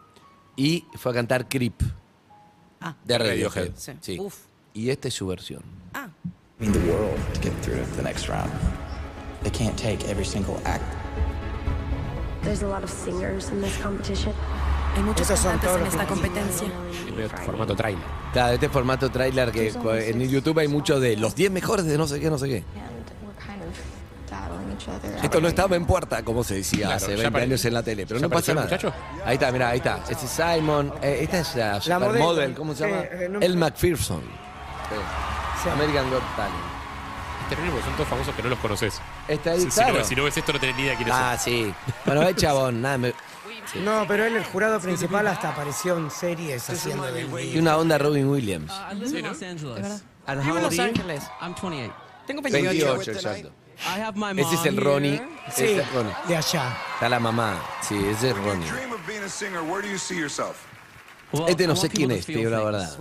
[SPEAKER 4] Creep
[SPEAKER 3] Ah.
[SPEAKER 4] de Radiohead.
[SPEAKER 3] Sí.
[SPEAKER 4] Sí.
[SPEAKER 3] Uf.
[SPEAKER 4] Y esta es su versión.
[SPEAKER 3] Ah.
[SPEAKER 11] need the world to get through to the next round. They can't take every single act.
[SPEAKER 12] There's a lot of singers in this competition.
[SPEAKER 7] Hay muchos
[SPEAKER 6] Esos son
[SPEAKER 7] cantantes
[SPEAKER 6] todos
[SPEAKER 7] en
[SPEAKER 6] los
[SPEAKER 7] esta
[SPEAKER 6] que-
[SPEAKER 7] competencia.
[SPEAKER 5] En medio formato trailer.
[SPEAKER 4] Claro, este formato trailer que en YouTube hay mucho de los 10 mejores de no sé qué, no sé qué.
[SPEAKER 12] And we're kind of battling each other.
[SPEAKER 4] Esto no estaba en puerta, como se decía
[SPEAKER 5] Claro,
[SPEAKER 4] hace
[SPEAKER 5] ya
[SPEAKER 4] 20
[SPEAKER 5] apare-
[SPEAKER 4] años en la tele, pero
[SPEAKER 5] ¿ya
[SPEAKER 4] no pasa
[SPEAKER 5] apareció
[SPEAKER 4] nada.
[SPEAKER 5] el muchacho?
[SPEAKER 4] Ahí está, mirá, ahí está. Ese es Simon. Esta es la supermodel,
[SPEAKER 6] modelo.
[SPEAKER 4] ¿cómo se llama?
[SPEAKER 6] No-
[SPEAKER 4] El McPherson.
[SPEAKER 6] Sí.
[SPEAKER 4] American Got Talent.
[SPEAKER 5] Es terrible porque son todos famosos que no los conoces.
[SPEAKER 4] Está ahí,
[SPEAKER 5] Si,
[SPEAKER 4] claro.
[SPEAKER 5] si no ves esto, no tenés ni idea quiénes
[SPEAKER 4] Ah, sí. Bueno, el chabón, nada,
[SPEAKER 6] No, pero él, el jurado principal, hasta apareció en series haciendo del
[SPEAKER 4] y una onda Robin Williams.
[SPEAKER 3] Vivo en Los Ángeles. Tengo 28.
[SPEAKER 4] 28, exacto. Ese es el Ronnie.
[SPEAKER 6] Sí,
[SPEAKER 4] Ese es Ronnie.
[SPEAKER 6] de allá.
[SPEAKER 4] Está la mamá. Sí, ese es Ronnie.
[SPEAKER 13] Dream of being a singer, where do you see yourself?
[SPEAKER 4] Este no sé quién es, te digo la verdad.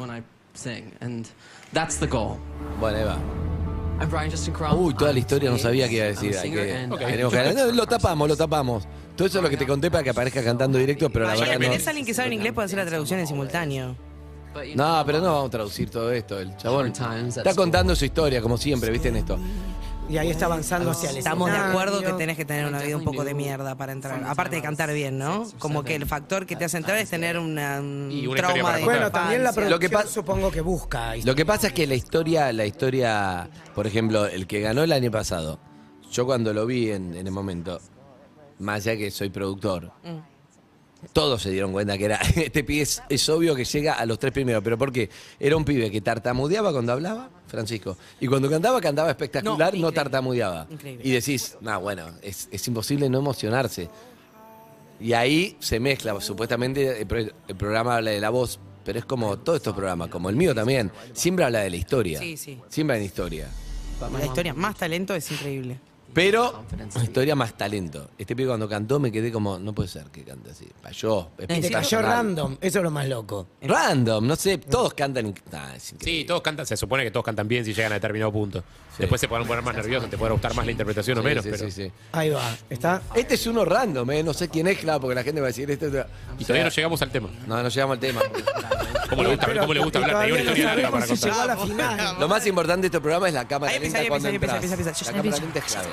[SPEAKER 4] Bueno, ahí va. Uy, toda la historia no sabía qué iba a decir. Hay que, tenemos que- no, lo tapamos. Todo eso es lo que te conté para que aparezca cantando directo, pero la
[SPEAKER 3] Vaya,
[SPEAKER 4] verdad
[SPEAKER 3] tenés
[SPEAKER 4] no.
[SPEAKER 3] a alguien que sabe en inglés puede hacer la traducción en simultáneo.
[SPEAKER 4] No, pero no vamos a traducir todo esto. El chabón está contando su historia, como siempre, ¿viste en esto?
[SPEAKER 6] Y ahí está avanzando hacia el
[SPEAKER 3] Estamos de
[SPEAKER 6] escenario.
[SPEAKER 3] acuerdo que tenés que tener una vida un poco de mierda para entrar. Aparte de cantar bien, ¿no? Como que el factor que te hace entrar es tener un
[SPEAKER 5] Y una historia
[SPEAKER 3] trauma
[SPEAKER 5] para
[SPEAKER 3] de
[SPEAKER 5] contar.
[SPEAKER 6] Bueno, también la
[SPEAKER 3] infancia.
[SPEAKER 4] Lo que
[SPEAKER 6] producción
[SPEAKER 4] pa-
[SPEAKER 6] supongo que busca.
[SPEAKER 4] Lo que pasa es que la historia, por ejemplo, el que ganó el año pasado, yo cuando lo vi en el momento, más allá que soy productor, todos se dieron cuenta que era este pibe es obvio que llega a los 3 primeros, pero ¿por qué? Era un pibe que tartamudeaba cuando hablaba, Francisco, y cuando cantaba espectacular, no
[SPEAKER 3] increíble.
[SPEAKER 4] tartamudeaba.
[SPEAKER 3] Increíble.
[SPEAKER 4] Y decís, no, bueno, es imposible no emocionarse. Y ahí se mezcla, supuestamente el programa habla de la voz, pero es como todos estos programas, como el mío también, siempre habla de la historia.
[SPEAKER 3] Sí, sí.
[SPEAKER 4] Siempre hay historia.
[SPEAKER 3] La historia más talento es increíble.
[SPEAKER 4] Pero, historia más talento. Este pibe cuando cantó me quedé como, no puede ser que cante así. Falló.
[SPEAKER 6] Te cayó
[SPEAKER 4] espectacular.
[SPEAKER 6] random, eso es lo más loco.
[SPEAKER 4] Random, no sé, todos cantan. Es increíble.
[SPEAKER 5] Sí, todos cantan, se supone que todos cantan bien si llegan a determinado punto. Después se pueden poner más nerviosos, te puede gustar más la interpretación o menos,
[SPEAKER 4] Sí,
[SPEAKER 5] pero.
[SPEAKER 4] sí, sí.
[SPEAKER 6] Ahí va, ¿está?
[SPEAKER 4] Este es uno random, no sé quién es, claro, porque la gente va a decir este.
[SPEAKER 5] Y todavía no llegamos al tema.
[SPEAKER 4] No llegamos al tema.
[SPEAKER 5] ¿Cómo le gusta, cómo le gusta
[SPEAKER 6] Y
[SPEAKER 5] hablar? Tenía una
[SPEAKER 6] todavía no
[SPEAKER 5] historia larga para
[SPEAKER 6] sabemos si
[SPEAKER 5] contar.
[SPEAKER 6] llegó a la final.
[SPEAKER 4] Lo más importante de este programa es la cámara
[SPEAKER 3] Ahí
[SPEAKER 4] lenta
[SPEAKER 3] empieza,
[SPEAKER 4] cuando
[SPEAKER 3] empieza,
[SPEAKER 4] entras.
[SPEAKER 3] empieza.
[SPEAKER 4] La cámara lenta es clave.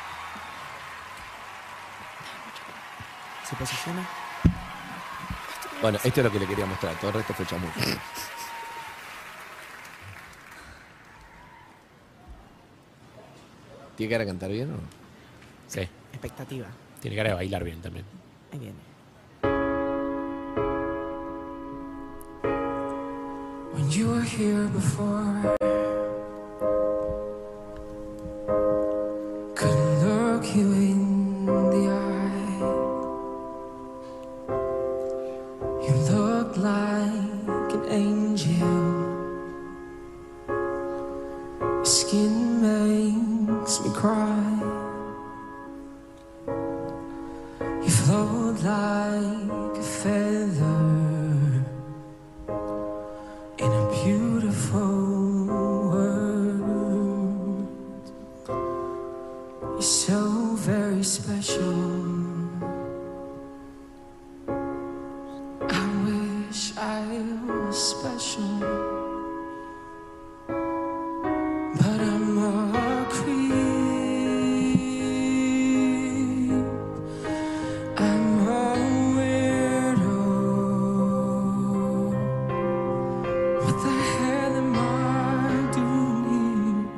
[SPEAKER 3] Se posiciona.
[SPEAKER 4] Bueno, esto es lo que le quería mostrar, todo el resto fue chamuco. ¿Tiene cara de cantar bien o no?
[SPEAKER 5] Sí,
[SPEAKER 3] Expectativa.
[SPEAKER 5] tiene cara de bailar bien también.
[SPEAKER 3] Ahí viene.
[SPEAKER 14] When you were here before, couldn't look you in the eye. You look like an angel. Your skin makes me cry. You float like a feather in a beautiful world. I was special, but I'm a creep. I'm a weirdo. What the hell am I doing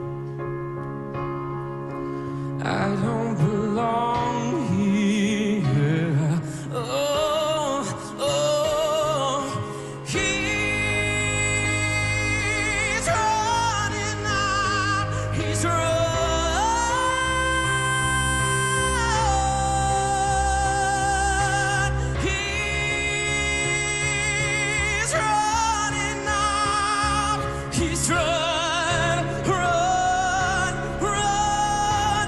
[SPEAKER 14] here? I don't belong here. Oh, he's running out. He's He's running out. He's run, run, run,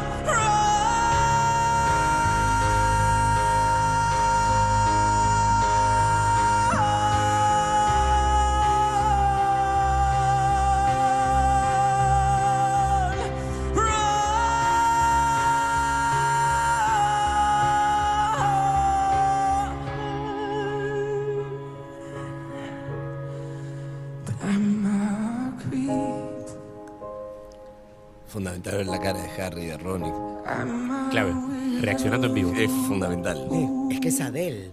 [SPEAKER 14] I'm a creep.
[SPEAKER 4] Fundamental ver la cara de Harry y de Ronnie.
[SPEAKER 5] Clave. Reaccionando en vivo.
[SPEAKER 4] Es fundamental.
[SPEAKER 6] Es que es Adele.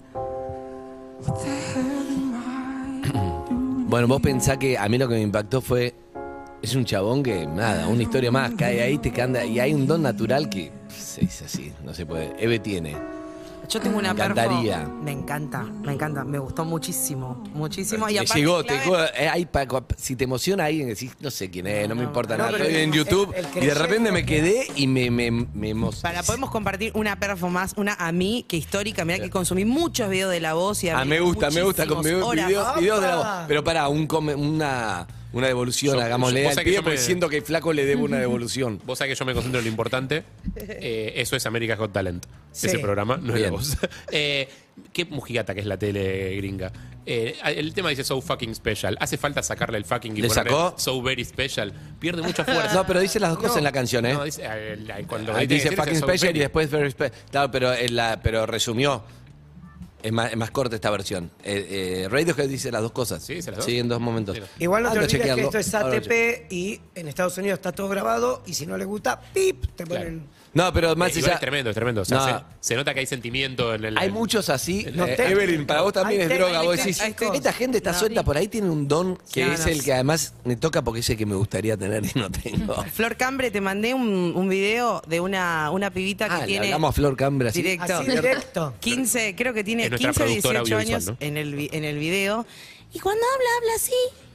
[SPEAKER 4] Bueno, vos pensá que a mí lo que me impactó fue... Es un chabón que, nada, una historia más, cae ahí, te canta. Y hay un don natural que se dice así, no se puede. Eve tiene.
[SPEAKER 3] Yo tengo una
[SPEAKER 4] Me encantaría.
[SPEAKER 3] perfo. Me encanta. Me gustó muchísimo. Muchísimo. Y
[SPEAKER 4] Te
[SPEAKER 3] aparte,
[SPEAKER 4] llegó, te
[SPEAKER 3] clave-
[SPEAKER 4] dijo, si te emociona alguien, decís, no sé quién es, no me importa nada.
[SPEAKER 6] pero
[SPEAKER 4] Estoy en
[SPEAKER 6] el-
[SPEAKER 4] YouTube
[SPEAKER 6] el
[SPEAKER 4] y de
[SPEAKER 6] creyendo
[SPEAKER 4] repente me
[SPEAKER 6] que-
[SPEAKER 4] quedé y me emocioné.
[SPEAKER 3] Podemos compartir una perfo más, una a mí, que histórica. Mirá que consumí muchos videos de La Voz y
[SPEAKER 4] Me gusta, con
[SPEAKER 3] muchísimos horas.
[SPEAKER 4] videos de la voz. Pero pará, una devolución, hagámosle
[SPEAKER 5] vos
[SPEAKER 4] al
[SPEAKER 5] sabés que
[SPEAKER 4] pibe
[SPEAKER 5] yo
[SPEAKER 4] porque
[SPEAKER 5] me-
[SPEAKER 4] siento que el flaco le debo una devolución.
[SPEAKER 5] Vos sabés que yo me concentro en lo importante. Eso es America's Got Talent.
[SPEAKER 6] Sí.
[SPEAKER 5] Ese programa, no es
[SPEAKER 4] Bien.
[SPEAKER 5] La Voz. Qué mujigata que es la tele gringa. El tema dice so fucking special. Hace falta sacarle el fucking y
[SPEAKER 4] ¿Le
[SPEAKER 5] ponerle
[SPEAKER 4] sacó?
[SPEAKER 5] so very special. Pierde mucha fuerza.
[SPEAKER 4] No, pero dice las dos cosas en la canción, ¿eh?
[SPEAKER 5] No, dice, cuando
[SPEAKER 4] Ahí
[SPEAKER 5] tiene
[SPEAKER 4] dice
[SPEAKER 5] que decir,
[SPEAKER 4] fucking
[SPEAKER 5] so
[SPEAKER 4] special
[SPEAKER 5] very.
[SPEAKER 4] y después very special. Claro, pero resumió. Es más corta esta versión. Radiohead dice las dos cosas.
[SPEAKER 5] Sí, dice las dos.
[SPEAKER 4] Sí, en dos momentos.
[SPEAKER 5] Sí, no.
[SPEAKER 6] Igual no te
[SPEAKER 4] Anda a
[SPEAKER 6] olvides que
[SPEAKER 4] chequearlo.
[SPEAKER 6] esto es
[SPEAKER 4] Ahora lo
[SPEAKER 6] ATP y en Estados Unidos está todo grabado y si no les gusta, pip, te ponen...
[SPEAKER 4] No, pero más
[SPEAKER 5] Igual
[SPEAKER 4] allá.
[SPEAKER 5] es tremendo, es tremendo. O sea,
[SPEAKER 4] No.
[SPEAKER 5] se nota que hay sentimiento en el.
[SPEAKER 4] Hay muchos así.
[SPEAKER 6] No,
[SPEAKER 4] Evelyn, para vos también
[SPEAKER 6] hay
[SPEAKER 4] es droga. Vos
[SPEAKER 6] técnicas,
[SPEAKER 4] decís,
[SPEAKER 6] chicos.
[SPEAKER 4] esta gente está suelta por ahí, tiene un don que
[SPEAKER 3] Sí,
[SPEAKER 4] es
[SPEAKER 3] no,
[SPEAKER 4] el
[SPEAKER 3] no.
[SPEAKER 4] que además me toca porque es el que me gustaría tener y no tengo.
[SPEAKER 3] Flor Cambre, te mandé un video de una pibita que
[SPEAKER 4] Ah, le
[SPEAKER 3] tiene
[SPEAKER 4] hablamos a Flor Cambre así.
[SPEAKER 3] directo.
[SPEAKER 6] Así directo.
[SPEAKER 3] 15, creo que tiene
[SPEAKER 5] Es nuestra
[SPEAKER 3] 15 o 18
[SPEAKER 5] productora
[SPEAKER 3] años
[SPEAKER 5] audiovisual, ¿no?
[SPEAKER 3] en el video. Y cuando habla así.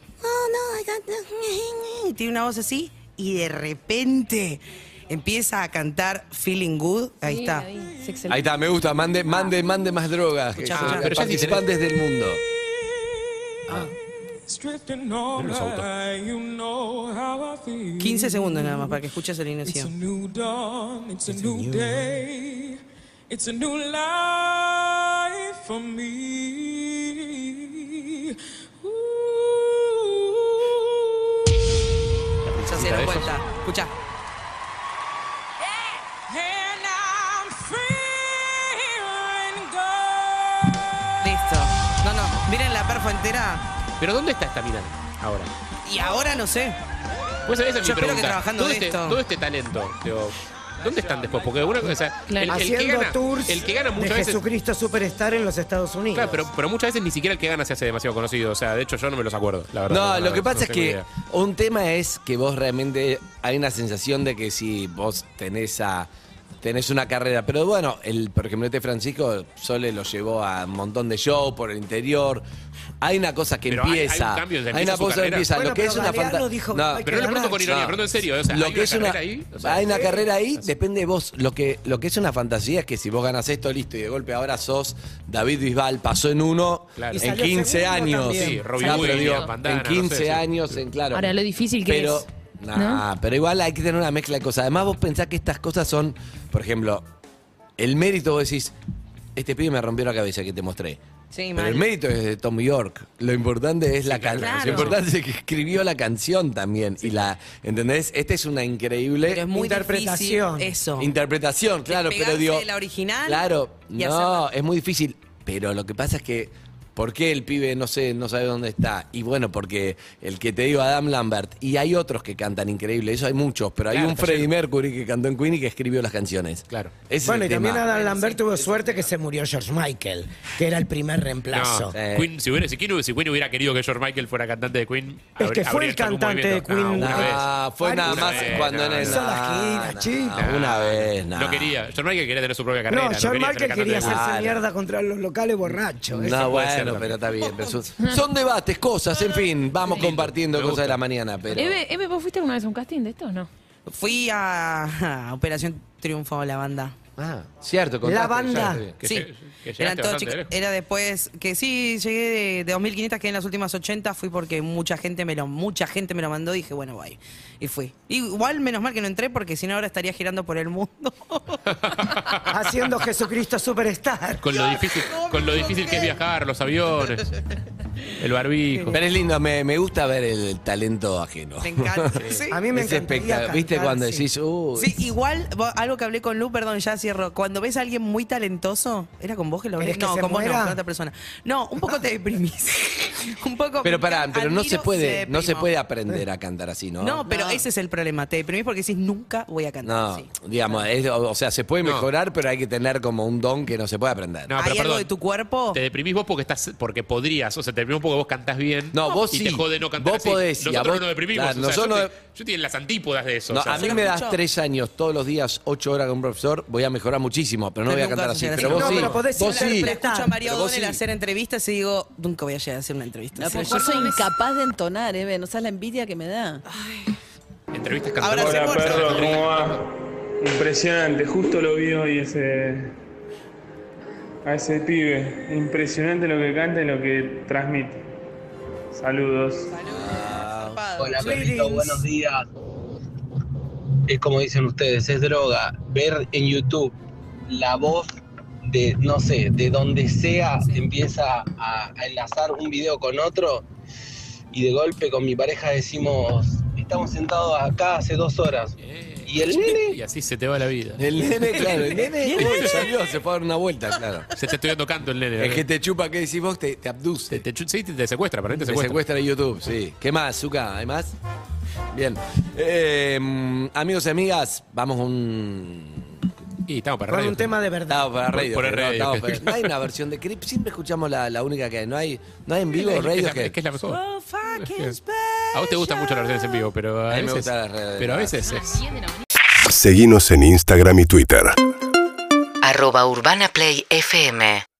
[SPEAKER 3] Y tiene una voz así. Y de repente empieza a cantar Feeling Good. Ahí está.
[SPEAKER 7] Es excelente.
[SPEAKER 4] Ahí está, me gusta. Mande más drogas.
[SPEAKER 3] Escuchá,
[SPEAKER 4] Que
[SPEAKER 3] escuchá.
[SPEAKER 4] son participantes del mundo.
[SPEAKER 13] Drifting all night, you know how I feel.
[SPEAKER 3] 15 segundos nada más para que escuches el
[SPEAKER 13] It's a
[SPEAKER 3] inicio.
[SPEAKER 13] new dawn, it's a new day, it's a new life for me.
[SPEAKER 3] Ya se dieron cuenta. Escucha.
[SPEAKER 13] And I'm feeling good.
[SPEAKER 3] Listo. No, miren la perfo entera.
[SPEAKER 5] Pero ¿dónde está esta mina ahora?
[SPEAKER 3] Y ahora no sé.
[SPEAKER 5] Pues esa es mi
[SPEAKER 3] Yo espero que
[SPEAKER 5] pregunta.
[SPEAKER 3] trabajando
[SPEAKER 5] todo
[SPEAKER 3] de
[SPEAKER 5] este,
[SPEAKER 3] esto.
[SPEAKER 5] todo este talento, digo, ¿dónde están después? Porque una cosa, o sea,
[SPEAKER 7] Claro.
[SPEAKER 5] el que
[SPEAKER 6] Haciendo
[SPEAKER 5] gana,
[SPEAKER 6] tours
[SPEAKER 5] el que gana
[SPEAKER 6] de
[SPEAKER 5] muchas veces.
[SPEAKER 6] Jesucristo Superstar en los Estados Unidos.
[SPEAKER 5] Claro, pero muchas veces ni siquiera el que gana se hace demasiado conocido. O sea, de hecho yo no me los acuerdo, la verdad.
[SPEAKER 4] No, lo que pasa
[SPEAKER 5] no
[SPEAKER 4] es
[SPEAKER 5] tengo
[SPEAKER 4] que
[SPEAKER 5] idea.
[SPEAKER 4] un tema es que vos realmente hay una sensación de que si vos tenés una carrera, pero bueno, por ejemplo, Francisco Sole lo llevó a un montón de shows por el interior. Hay una cosa que
[SPEAKER 5] Pero hay
[SPEAKER 4] empieza.
[SPEAKER 5] un cambio,
[SPEAKER 4] Hay
[SPEAKER 5] empieza
[SPEAKER 4] una
[SPEAKER 5] su
[SPEAKER 4] cosa que
[SPEAKER 5] carrera.
[SPEAKER 4] empieza.
[SPEAKER 6] Bueno,
[SPEAKER 4] Lo que
[SPEAKER 6] pero
[SPEAKER 4] es una
[SPEAKER 6] Galeano
[SPEAKER 4] fantasía.
[SPEAKER 6] dijo,
[SPEAKER 4] No,
[SPEAKER 6] hay que
[SPEAKER 5] Pero no lo pregunto con ironía,
[SPEAKER 4] No.
[SPEAKER 5] pregunto en serio. O sea,
[SPEAKER 4] Lo
[SPEAKER 5] ¿hay
[SPEAKER 4] que
[SPEAKER 5] una
[SPEAKER 4] es una,
[SPEAKER 5] carrera ahí? O sea,
[SPEAKER 4] hay una carrera ahí, depende de vos. Lo que es una fantasía es que si vos ganas esto, listo, y de golpe ahora sos David Bisbal, pasó en uno,
[SPEAKER 5] Claro. Y
[SPEAKER 4] en
[SPEAKER 6] salió
[SPEAKER 4] 15
[SPEAKER 6] segundo
[SPEAKER 4] años.
[SPEAKER 6] también.
[SPEAKER 5] Sí, Robbie
[SPEAKER 4] Claro, pero
[SPEAKER 5] Williams,
[SPEAKER 4] digo,
[SPEAKER 5] Bandana,
[SPEAKER 4] en 15
[SPEAKER 5] no sé, sí.
[SPEAKER 4] años, en claro.
[SPEAKER 7] Ahora, lo difícil que
[SPEAKER 4] pero,
[SPEAKER 7] es.
[SPEAKER 4] pero igual hay que tener una mezcla de cosas. Además, vos pensás que estas cosas son, por ejemplo, el mérito, vos decís, este pibe me rompió la cabeza que te mostré.
[SPEAKER 3] Sí,
[SPEAKER 4] Pero
[SPEAKER 3] mal.
[SPEAKER 4] el mérito es de Tom York. Lo importante es la
[SPEAKER 5] claro,
[SPEAKER 4] canción.
[SPEAKER 3] claro.
[SPEAKER 4] Lo importante es que escribió la canción también. Y ¿entendés? Esta es una increíble
[SPEAKER 3] Pero es muy
[SPEAKER 6] Interpretación.
[SPEAKER 3] difícil eso.
[SPEAKER 4] interpretación, claro, pero
[SPEAKER 3] Despegarse
[SPEAKER 4] digo.
[SPEAKER 3] de la original
[SPEAKER 4] Claro,
[SPEAKER 3] y
[SPEAKER 4] no,
[SPEAKER 3] hacerla.
[SPEAKER 4] es muy difícil. Pero lo que pasa es que ¿Por qué el pibe no sabe dónde está? Y bueno, porque el que te digo, Adam Lambert, y hay otros que cantan increíble, eso hay muchos, pero hay un Freddie Mercury que cantó en Queen y que escribió las canciones.
[SPEAKER 5] Claro.
[SPEAKER 4] Ese es
[SPEAKER 6] Bueno,
[SPEAKER 4] el
[SPEAKER 6] y también
[SPEAKER 4] tema.
[SPEAKER 6] Adam Lambert tuvo suerte que se murió George Michael, que era el primer reemplazo.
[SPEAKER 5] Queen, si Queen hubiera querido que George Michael fuera cantante de Queen,
[SPEAKER 6] Es que fue el cantante de Queen
[SPEAKER 5] una vez.
[SPEAKER 4] Fue nada más cuando
[SPEAKER 6] Hizo la gira, chicos.
[SPEAKER 4] una vez,
[SPEAKER 5] No quería. George Michael quería tener su propia carrera.
[SPEAKER 6] No, George
[SPEAKER 5] quería ser
[SPEAKER 6] Michael
[SPEAKER 5] cantante
[SPEAKER 6] quería
[SPEAKER 5] de Queen.
[SPEAKER 6] hacerse mierda contra los locales borrachos. Eso
[SPEAKER 4] No,
[SPEAKER 6] puede ser
[SPEAKER 4] bueno,
[SPEAKER 6] también.
[SPEAKER 4] pero está bien. Son debates, cosas, en fin, vamos compartiendo cosas de la mañana. Pero...
[SPEAKER 7] Eve, ¿vos fuiste alguna vez a un casting de esto o no?
[SPEAKER 3] Fui a Operación Triunfo, la banda.
[SPEAKER 4] Ah, cierto,
[SPEAKER 6] La banda.
[SPEAKER 3] Sí, eran todos chicos. Era después que sí, llegué de 2.500, que en las últimas 80 fui porque mucha gente me lo mandó y dije, bueno, voy. Y fui. Igual, menos mal que no entré porque si no ahora estaría girando por el mundo.
[SPEAKER 6] Haciendo Jesucristo Superstar.
[SPEAKER 5] Con lo difícil que es viajar, los aviones, el barbijo.
[SPEAKER 4] Pero es lindo, me gusta ver el talento ajeno.
[SPEAKER 3] Me encanta. Sí.
[SPEAKER 6] A mí me
[SPEAKER 4] Es
[SPEAKER 6] encantaría
[SPEAKER 4] espectacular. ¿Viste
[SPEAKER 6] cantar,
[SPEAKER 4] cuando
[SPEAKER 6] sí.
[SPEAKER 4] decís,
[SPEAKER 3] Sí, igual, algo que hablé con Lu, perdón, ya cierro. Cuando ves a alguien muy talentoso, ¿era con vos que lo ves?
[SPEAKER 6] ¿Querés que
[SPEAKER 3] No,
[SPEAKER 6] se
[SPEAKER 3] con vos no,
[SPEAKER 6] muera?
[SPEAKER 3] con otra persona. No, un poco te deprimís. Un poco.
[SPEAKER 4] Pero pará, pero no se
[SPEAKER 3] admiro,
[SPEAKER 4] puede, no se
[SPEAKER 3] deprimo.
[SPEAKER 4] puede aprender a cantar así, ¿no?
[SPEAKER 3] No, pero ese es el problema. Te deprimís porque decís, nunca voy a cantar
[SPEAKER 4] No,
[SPEAKER 3] así.
[SPEAKER 4] digamos, o sea, se puede mejorar, pero hay que tener como un don que no se puede aprender.
[SPEAKER 5] No,
[SPEAKER 3] ¿Hay
[SPEAKER 5] pero
[SPEAKER 3] algo
[SPEAKER 5] perdón,
[SPEAKER 3] de tu cuerpo?
[SPEAKER 5] te deprimís vos porque podrías, o sea, te deprimís porque vos cantás bien.
[SPEAKER 4] No, vos
[SPEAKER 5] y
[SPEAKER 4] sí.
[SPEAKER 5] te jode no cantar
[SPEAKER 4] Vos
[SPEAKER 5] así.
[SPEAKER 4] podés, y a
[SPEAKER 5] Nosotros
[SPEAKER 4] vos-
[SPEAKER 5] no nos deprimimos.
[SPEAKER 4] claro,
[SPEAKER 5] o sea,
[SPEAKER 4] nosotros
[SPEAKER 5] yo
[SPEAKER 4] no-
[SPEAKER 5] estoy en las antípodas de eso.
[SPEAKER 4] No,
[SPEAKER 5] o sea,
[SPEAKER 4] a mí
[SPEAKER 5] yo-
[SPEAKER 4] me das
[SPEAKER 3] escucho.
[SPEAKER 4] 3 años, todos los días, 8 horas con un profesor, voy a mejorar muchísimo, pero no
[SPEAKER 3] Pero
[SPEAKER 4] voy a
[SPEAKER 3] nunca
[SPEAKER 4] cantar
[SPEAKER 3] vas a
[SPEAKER 4] así.
[SPEAKER 3] llegar a
[SPEAKER 4] Pero
[SPEAKER 3] ser-
[SPEAKER 4] vos
[SPEAKER 6] No,
[SPEAKER 4] sí,
[SPEAKER 6] pero podés
[SPEAKER 4] vos sí.
[SPEAKER 3] Le escucho a María
[SPEAKER 4] Pero vos
[SPEAKER 3] O'Donnell
[SPEAKER 4] sí.
[SPEAKER 3] hacer entrevistas y digo, nunca voy a llegar a hacer una entrevista.
[SPEAKER 1] No,
[SPEAKER 3] O sea,
[SPEAKER 1] porque yo soy incapaz de entonar, Eve. No sabes la envidia que me da.
[SPEAKER 5] Entrevistas
[SPEAKER 3] Ahora
[SPEAKER 5] cantando.
[SPEAKER 3] se muere.
[SPEAKER 15] ¿Cómo va? Impresionante, justo lo vi hoy a ese pibe. Impresionante lo que canta y lo que transmite. Saludos.
[SPEAKER 16] Hola perrito, buenos días. Es como dicen ustedes, es droga. Ver en YouTube la voz de, no sé, de donde sea, empieza a enlazar un video con otro y de golpe con mi pareja decimos, estamos sentados acá hace 2 horas. ¿Y el nene?
[SPEAKER 5] Y así se te va la vida.
[SPEAKER 4] El nene, claro, el nene salió, se fue a dar una vuelta, claro.
[SPEAKER 5] Se está estudiando canto el nene.
[SPEAKER 4] Es que te chupa, ¿qué decís vos? Te abduce.
[SPEAKER 5] Sí, te secuestra, para mí te
[SPEAKER 4] Te
[SPEAKER 5] secuestra.
[SPEAKER 4] secuestra en YouTube, sí. ¿Qué más, Zuka? ¿Hay más? Bien. Amigos y amigas, vamos a un...
[SPEAKER 5] Y estamos para
[SPEAKER 6] Con
[SPEAKER 5] radio.
[SPEAKER 6] un tema de verdad.
[SPEAKER 4] Estamos para radio.
[SPEAKER 5] Por el radio.
[SPEAKER 4] Estamos para- No hay una versión de Creep, siempre escuchamos la única que hay. No hay en vivo radio
[SPEAKER 5] Es que es la mejor. A vos te gustan mucho las versiones en vivo, pero
[SPEAKER 4] A
[SPEAKER 5] a
[SPEAKER 4] mí me
[SPEAKER 5] veces,
[SPEAKER 4] gusta la red.
[SPEAKER 5] pero a veces es.
[SPEAKER 17] Seguinos en Instagram y Twitter.
[SPEAKER 18] @UrbanaPlayFM